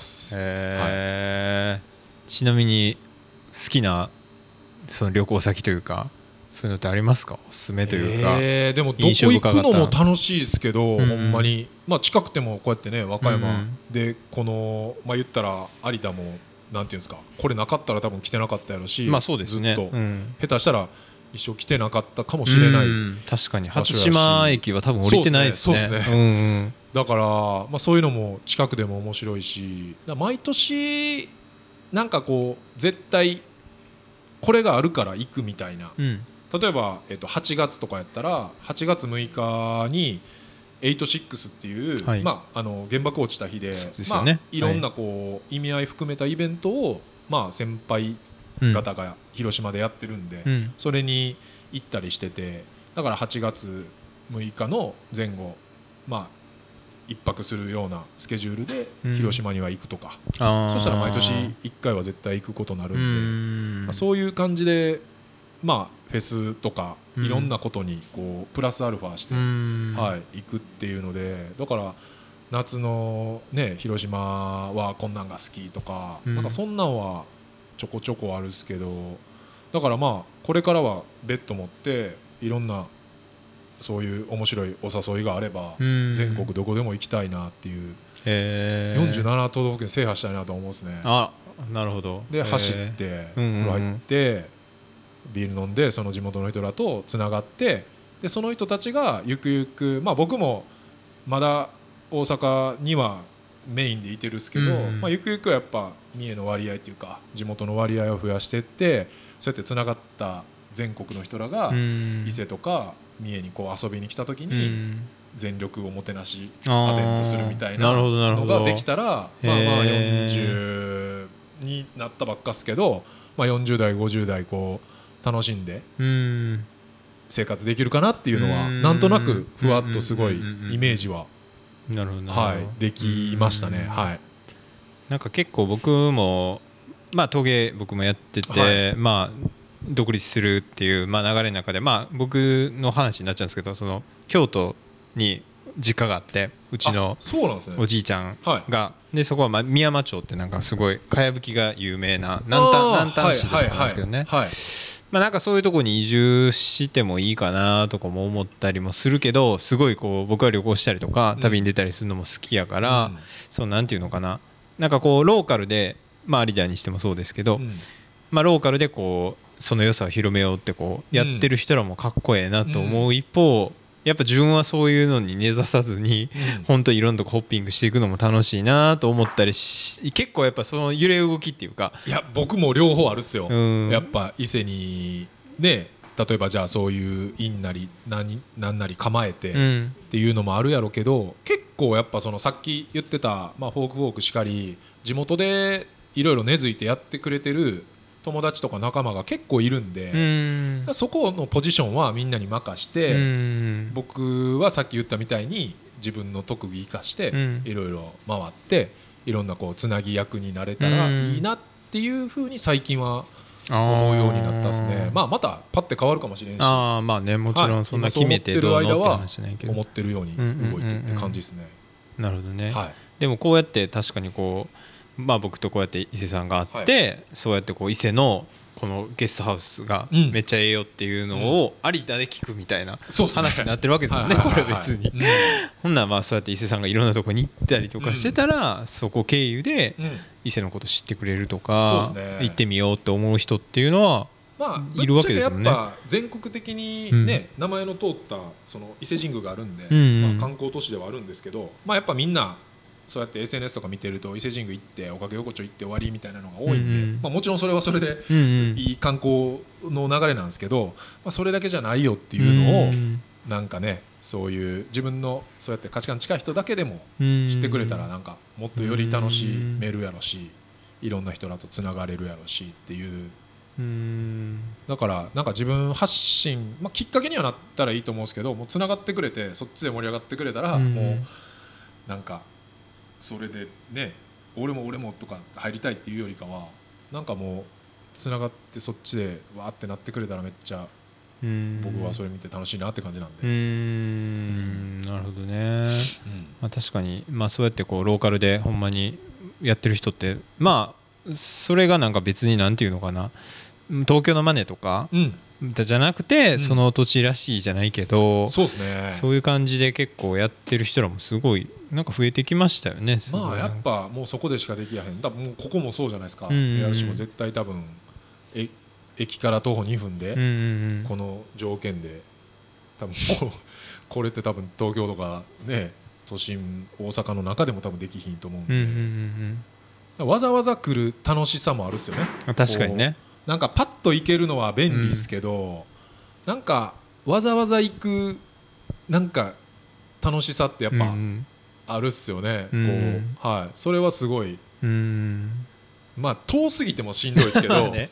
ちなみに好きなその旅行先というかそういうのってありますか？おすすめというか。 でもどこ行くのも楽しいですけど、ほんまに、まあ、近くてもこうやってね和歌山でこの、まあ、言ったら有田もなんていうんですか、これなかったら多分来てなかったやろし、 まあそうですね、 ずっと下手したら一生来てなかったかもしれない。 確かに初島駅は多分降りてないですね。 そうですね。だから、まあ、そういうのも近くでも面白いし、毎年なんかこう絶対これがあるから行くみたいな、例えば、8月とかやったら8月6日に86っていう、まあ、原爆落ちた日で、まあ、いろんなこう意味合い含めたイベントを、まあ、先輩方が広島でやってるんで、それに行ったりしてて、だから8月6日の前後、まあ一泊するようなスケジュールで広島には行くとか、そしたら毎年1回は絶対行くことになるんで、まあ、そういう感じで、まあ、フェスとかいろんなことにこうプラスアルファして、はい、行くっていうので、だから夏の、ね、広島はこんなんが好きとか、なんかそんなんはちょこちょこあるっすけど、だからまあこれからはベッド持っていろんなそういう面白いお誘いがあれば全国どこでも行きたいなっていう、47都道府県制覇したいなと思うんですね。 あ、なるほど。 で走って風呂入ってビール飲んでその地元の人らとつながって、でその人たちがゆくゆく、まあ、僕もまだ大阪にはメインでいてるっすけど、まあ、ゆくゆくはやっぱ三重の割合っていうか地元の割合を増やしていって、そうやってつながった全国の人らが伊勢とか三重にこう遊びに来た時に、 全力おもてなしアテンドするみたいなのができたら、まあ40になったばっかっすけど、40代50代こう楽しんで生活できるかなっていうのはなんとなくふわっとすごいイメージはできましたね。はい、 なんか結構僕も陶芸僕もやってて、独立するっていう流れの中で僕の話になっちゃうんですけど、その京都に実家があって、うちのおじいちゃんがで、そこは宮山町ってなんかすごいかやぶきが有名な南丹市とかなんですけどね、なんかそういうとこに移住してもいいかなとかも思ったりもするけど、すごいこう僕は旅行したりとか旅に出たりするのも好きやから、そのなんていうのかな、なんかこうローカルでアリダにしてもそうですけど、ローカルでこうその良さを広めようってこうやってる人らもかっこええなと思う一方、やっぱ自分はそういうのに根ざさずに本当いろんなとこホッピングしていくのも楽しいなと思ったりし、結構やっぱその揺れ動きっていうか、 いや僕も両方あるっすよ。やっぱ伊勢にね、例えばじゃあそういう院なり何なり構えてっていうのもあるやろうけど、結構やっぱそのさっき言ってたフォークウォークしかり地元でいろいろ根付いてやってくれてる友達とか仲間が結構いるんで、そこのポジションはみんなに任して、僕はさっき言ったみたいに自分の特技生かしていろいろ回っていろんなこうつなぎ役になれたらいいなっていうふうに最近は思うようになったですね。またパッて変わるかもしれんし、 もちろんそんな決めてどうのって話じゃないけど、 思ってるように動いてって感じですね。 なるほどね。でもこうやって確かにこう僕とこうやって伊勢さんがあって、そうやってこう伊勢のこのゲストハウスがめっちゃええよっていうのを有田で聞くみたいな話になってるわけですよね、これ別に。ほんならそうやって伊勢さんがいろんなとこに行ったりとかしてたら、そこ経由で伊勢のこと知ってくれるとか、行ってみようって思う人っていうのはいるわけですもんね。 やっぱ全国的にね、名前の通ったその伊勢神宮があるんで、観光都市ではあるんですけど、やっぱみんなそうやって SNS とか見てると伊勢神宮行っておかげ横丁行って終わりみたいなのが多いんで、もちろんそれはそれでいい観光の流れなんですけど、それだけじゃないよっていうのをなんかね、そういう自分のそうやって価値観近い人だけでも知ってくれたらなんかもっとより楽しめるやろし、いろんな人らとつながれるやろしっていう。だからなんか自分発信、きっかけにはなったらいいと思うんですけど、もうつながってくれてそっちで盛り上がってくれたら、もうなんかそれでね、俺もとか入りたいっていうよりかは、なんかもうつながってそっちでわーってなってくれたらめっちゃ僕はそれ見て楽しいなって感じなんで。 なるほどね。確かにそうやってこうローカルでほんまにやってる人ってそれがなんか別になんていうのかな、東京のマネとかじゃなくて、その土地らしいじゃないけど、 そうですね、 そういう感じで結構やってる人らもすごいなんか増えてきましたよね。 やっぱもうそこでしかできやへん。多分もうここもそうじゃないですか。ARC も絶対多分駅から徒歩2分でこの条件で多分これって多分東京とかね、都心大阪の中でも多分できひんと思うんで、わざわざ来る楽しさもあるっすよね。 確かにね。 なんかパッと行けるのは便利っすけど、なんかわざわざ行くなんか楽しさってやっぱあるっすよね。それはすごい。遠すぎてもしんどいですけど、大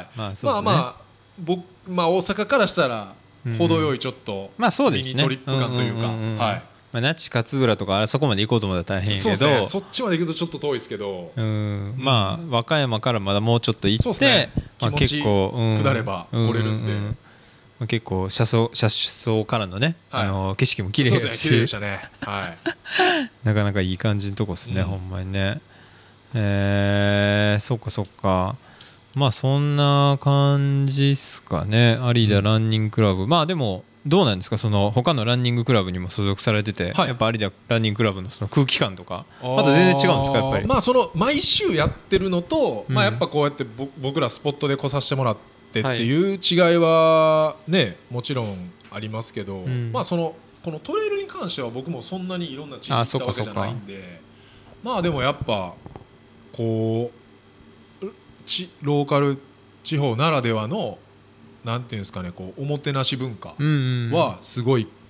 阪からしたら程よいちょっとミニトリップ感というか、 那智勝浦とかあそこまで行こうと思ったら大変やけど、 そっちまで行くとちょっと遠いですけど、 和歌山からまだもうちょっと行って、結構下れば来れるんで、 結構車窓からのね、景色も綺麗だし、 綺麗でしたね。 なかなかいい感じのとこですね、ほんまにね。そっかそっか。そんな感じっすかね、有田ランニングクラブ。でもどうなんですか、その他のランニングクラブにも所属されてて、やっぱ有田ランニングクラブのその空気感とかまた全然違うんですか、やっぱり。 その毎週やってるのと、やっぱこうやって僕らスポットで来させてもらってっていう違いはね、もちろんありますけど、このトレイルに関しては僕もそんなにいろんな地域行ったわけじゃないんで、でもやっぱこうローカル地方ならではのなんていうんですかね、こうおもてなし文化はすごい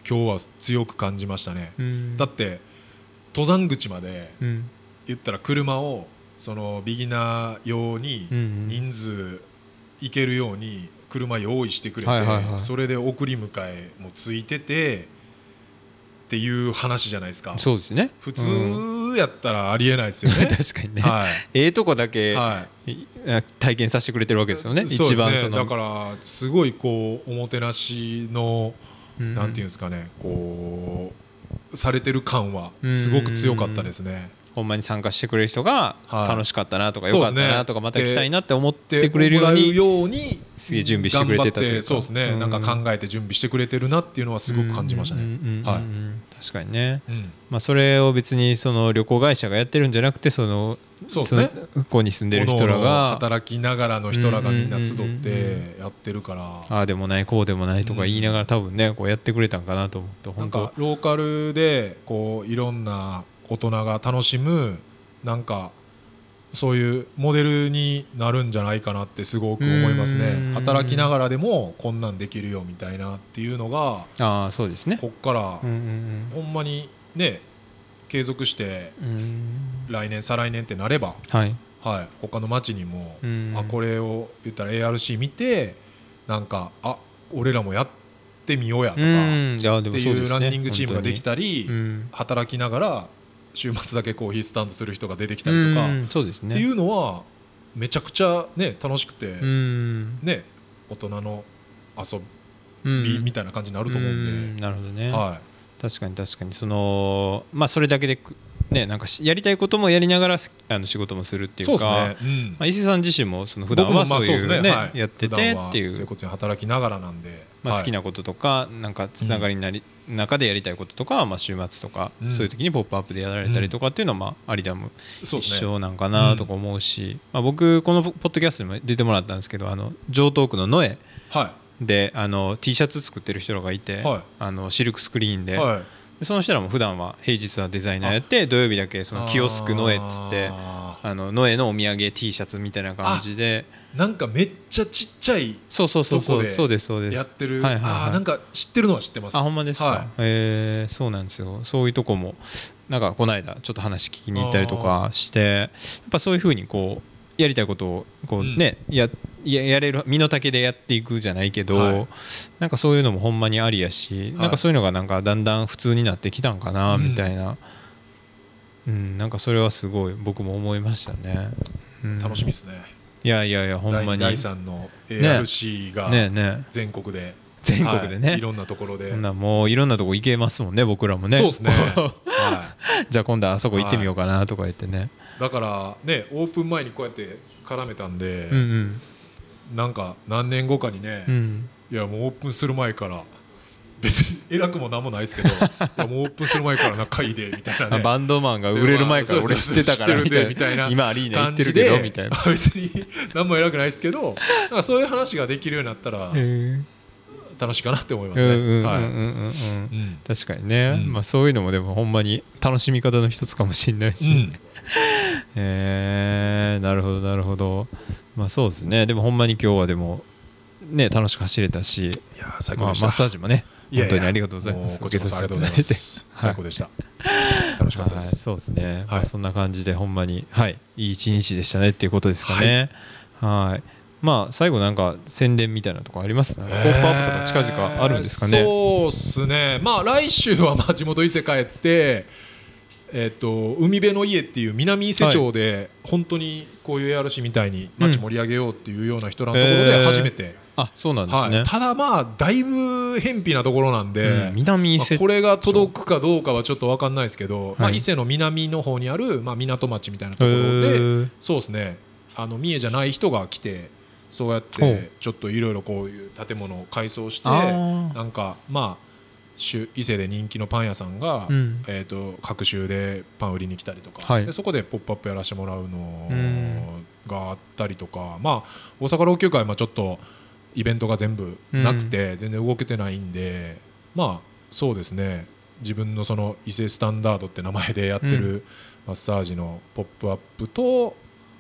今日は強く感じましたね。だって登山口まで言ったら車をそのビギナー用に人数行けるように車用意してくれて、それで送り迎えもついててっていう話じゃないですか。 そうですね。 普通やったらありえないですよね。 確かにね。とこだけ体験させてくれてるわけですよね。一番そのだからすごいこうおもてなしのなんていうんですかね、こうされてる感はすごく強かったですね。 ほんまに参加してくれる人が楽しかったなとか良かったなとかまた来たいなって思ってくれるようにすげえ準備してくれてたというか、 そうですね、なんか考えて準備してくれてるなっていうのはすごく感じましたね。 確かにね。まあそれを別にその旅行会社がやってるんじゃなくてそのここに住んでる人らが働きながらの人らがみんな集ってやってるから、 ああでもないこうでもないとか言いながら多分ねこうやってくれたんかなと思って、 なんかローカルでこういろんな大人が楽しむなんかそういうモデルになるんじゃないかなってすごく思いますね。働きながらでもこんなんできるよみたいなっていうのがそうですね。 こっからほんまにね継続して来年再来年ってなれば、他の町にもこれを言ったら ARC 見てなんか俺らもやってみようやとかっていうランニングチームができたり、働きながら週末だけコーヒースタンドする人が出てきたりとかっていうのはめちゃくちゃね楽しくてね大人の遊びみたいな感じになると思うんで。 なるほどね。確かにそのまあそれだけでねなんかやりたいこともやりながら仕事もするっていうか、伊勢さん自身もその普段はそういうねやっててっていう整骨院働きながらなんで、 好きなこととかなんかつながりになり中でやりたいこととかはまあ週末とかそういう時にポップアップでやられたりとかっていうのはまあアリダム一緒なんかなとか思うし、僕このポッドキャストにも出てもらったんですけど城東区のノエでT シャツ作ってる人らがいてシルクスクリーンでその人らも普段は平日はデザイナーやって土曜日だけそのキオスクノエっつってノエのお土産 T シャツみたいな感じでなんかめっちゃちっちゃいそうですやってるなんか知ってるのは知ってます。 ほんまですか。そうなんですよ。そういうとこもなんかこの間ちょっと話聞きに行ったりとかしてやっぱそういう風にこうやりたいことをこうねやれる身の丈でやっていくじゃないけどなんかそういうのもほんまにありやしなんかそういうのがなんかだんだん普通になってきたんかなみたいななんかそれはすごい僕も思いましたね。 楽しみですね。 いやほんまに第3の ARC が全国でねいろんなところでもういろんなとこ行けますもんね僕らもね。 そうですね。 じゃあ今度あそこ行ってみようかなとか言ってね。 だからねオープン前にこうやって絡めたんでなんか何年後かにねいやもうオープンする前から別に偉くもなんもないですけどもうオープンする前から仲いいでみたいなねバンドマンが売れる前から俺知ってたからみたいな今アリーナ行ってるけどみたいな別に何も偉くないですけどなんかそういう話ができるようになったら楽しいかなって思いますね。 確かにね、まあそういうのもでもほんまに楽しみ方の一つかもしれないし、なるほど。まあそうですね。でもほんまに今日はでもね楽しく走れたし、 いや最高でした。 マッサージもね本当にありがとうございます。 こちらこそありがとうございます。最高でした。楽しかったです。 そうですね。そんな感じでほんまにいい一日でしたねっていうことですかね。まあ最後なんか宣伝みたいなとこあります？ポップアップとか近々あるんですかね。 そうですね。まあ来週はまあ地元伊勢帰って海辺の家っていう南伊勢町で本当にこういう ARC みたいに街盛り上げようっていうような人らのところで初めて。 そうなんですね。 ただまあだいぶ偏僻なところなんで、 南伊勢これが届くかどうかはちょっと分かんないですけど、伊勢の南の方にある港町みたいなところで、そうですね。三重じゃない人が来て。そうやってちょっといろいろこういう建物を改装してなんかまあ伊勢で人気のパン屋さんが各州でパン売りに来たりとかでそこでポップアップやらせてもらうのがあったりとかまあ大阪老朽化はちょっとイベントが全部なくて全然動けてないんでまあそうですね自分のその伊勢スタンダードって名前でやってるマッサージのポップアップと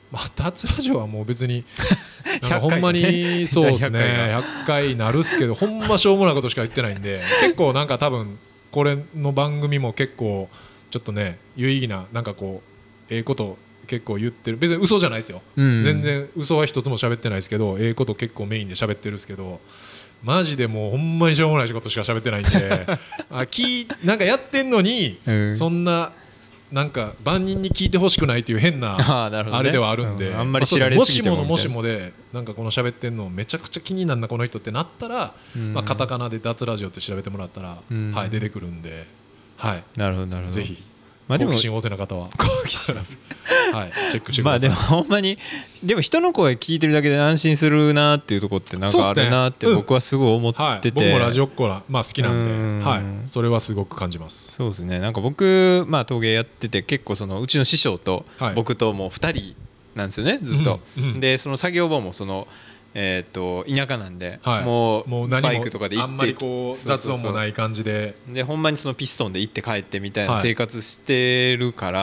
まあ、脱ラジオはもう別になんかほんまにそうですね100回なるっすけどほんましょうもないことしか言ってないんで結構なんか多分これの番組も結構ちょっとね有意義ななんかこうこと結構言ってる別に嘘じゃないですよ、全然嘘は一つも喋ってないですけどこと結構メインで喋ってるんですけどマジでもうほんまにしょうもないことしか喋ってないんでなんかやってんのに、そんななんか万人に聞いてほしくないという変なあれではあるんで、 あんまり知られすぎてももしもでなんかこの喋ってんのめちゃくちゃ気になるなこの人ってなったら、まあ、カタカナで脱ラジオって調べてもらったら、はい、出てくるんで、はい、 なるほどなるほどぜひ好奇心旺盛な方は好奇心旺盛はい、チェックしてください。 まあでもほんまにでも人の声聞いてるだけで安心するなっていうところってなんかあるなって僕はすごい思ってて、 僕もラジオっ子な、まあ、好きなんで、はい、それはすごく感じます。 そうですね。なんか僕まあ陶芸やってて結構そのうちの師匠と僕ともう2人なんですよねずっと、でその作業場もその田舎なんで、もうバイクとかで行ってあんまりこう雑音もない感じでほんまにそのピストンで行って帰ってみたいな生活してるから、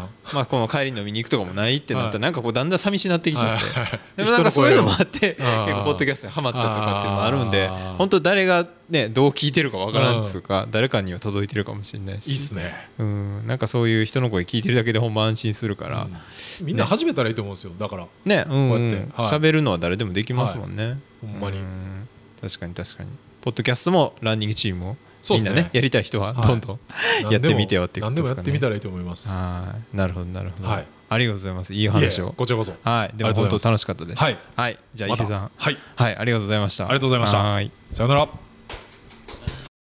まあこの帰り飲みに行くとかもないってなったらなんかこうだんだん寂しになってきちゃって、でもなんかそういうのもあって結構ポッドキャストにハマったとかっていうのもあるんで、本当誰がねどう聞いてるかわからんですか、誰かには届いてるかもしれないし、 いいっすね。 なんかそういう人の声聞いてるだけでほんま安心するから、 みんな始めたらいいと思うんですよ。だからね、こうやって喋るのは誰でもできますもんね。 ほんまに確かに確かに。ポッドキャストもランニングチームもみんなねやりたい人はどんどんやってみてよっていうことですかね。 何でもやってみたらいいと思います。 なるほどなるほど。ありがとうございます。いい話を。 こちらこそ。 はい。でも本当楽しかったです。はい。じゃあ伊勢さん。はい。ありがとうございました。 ありがとうございました。さよなら。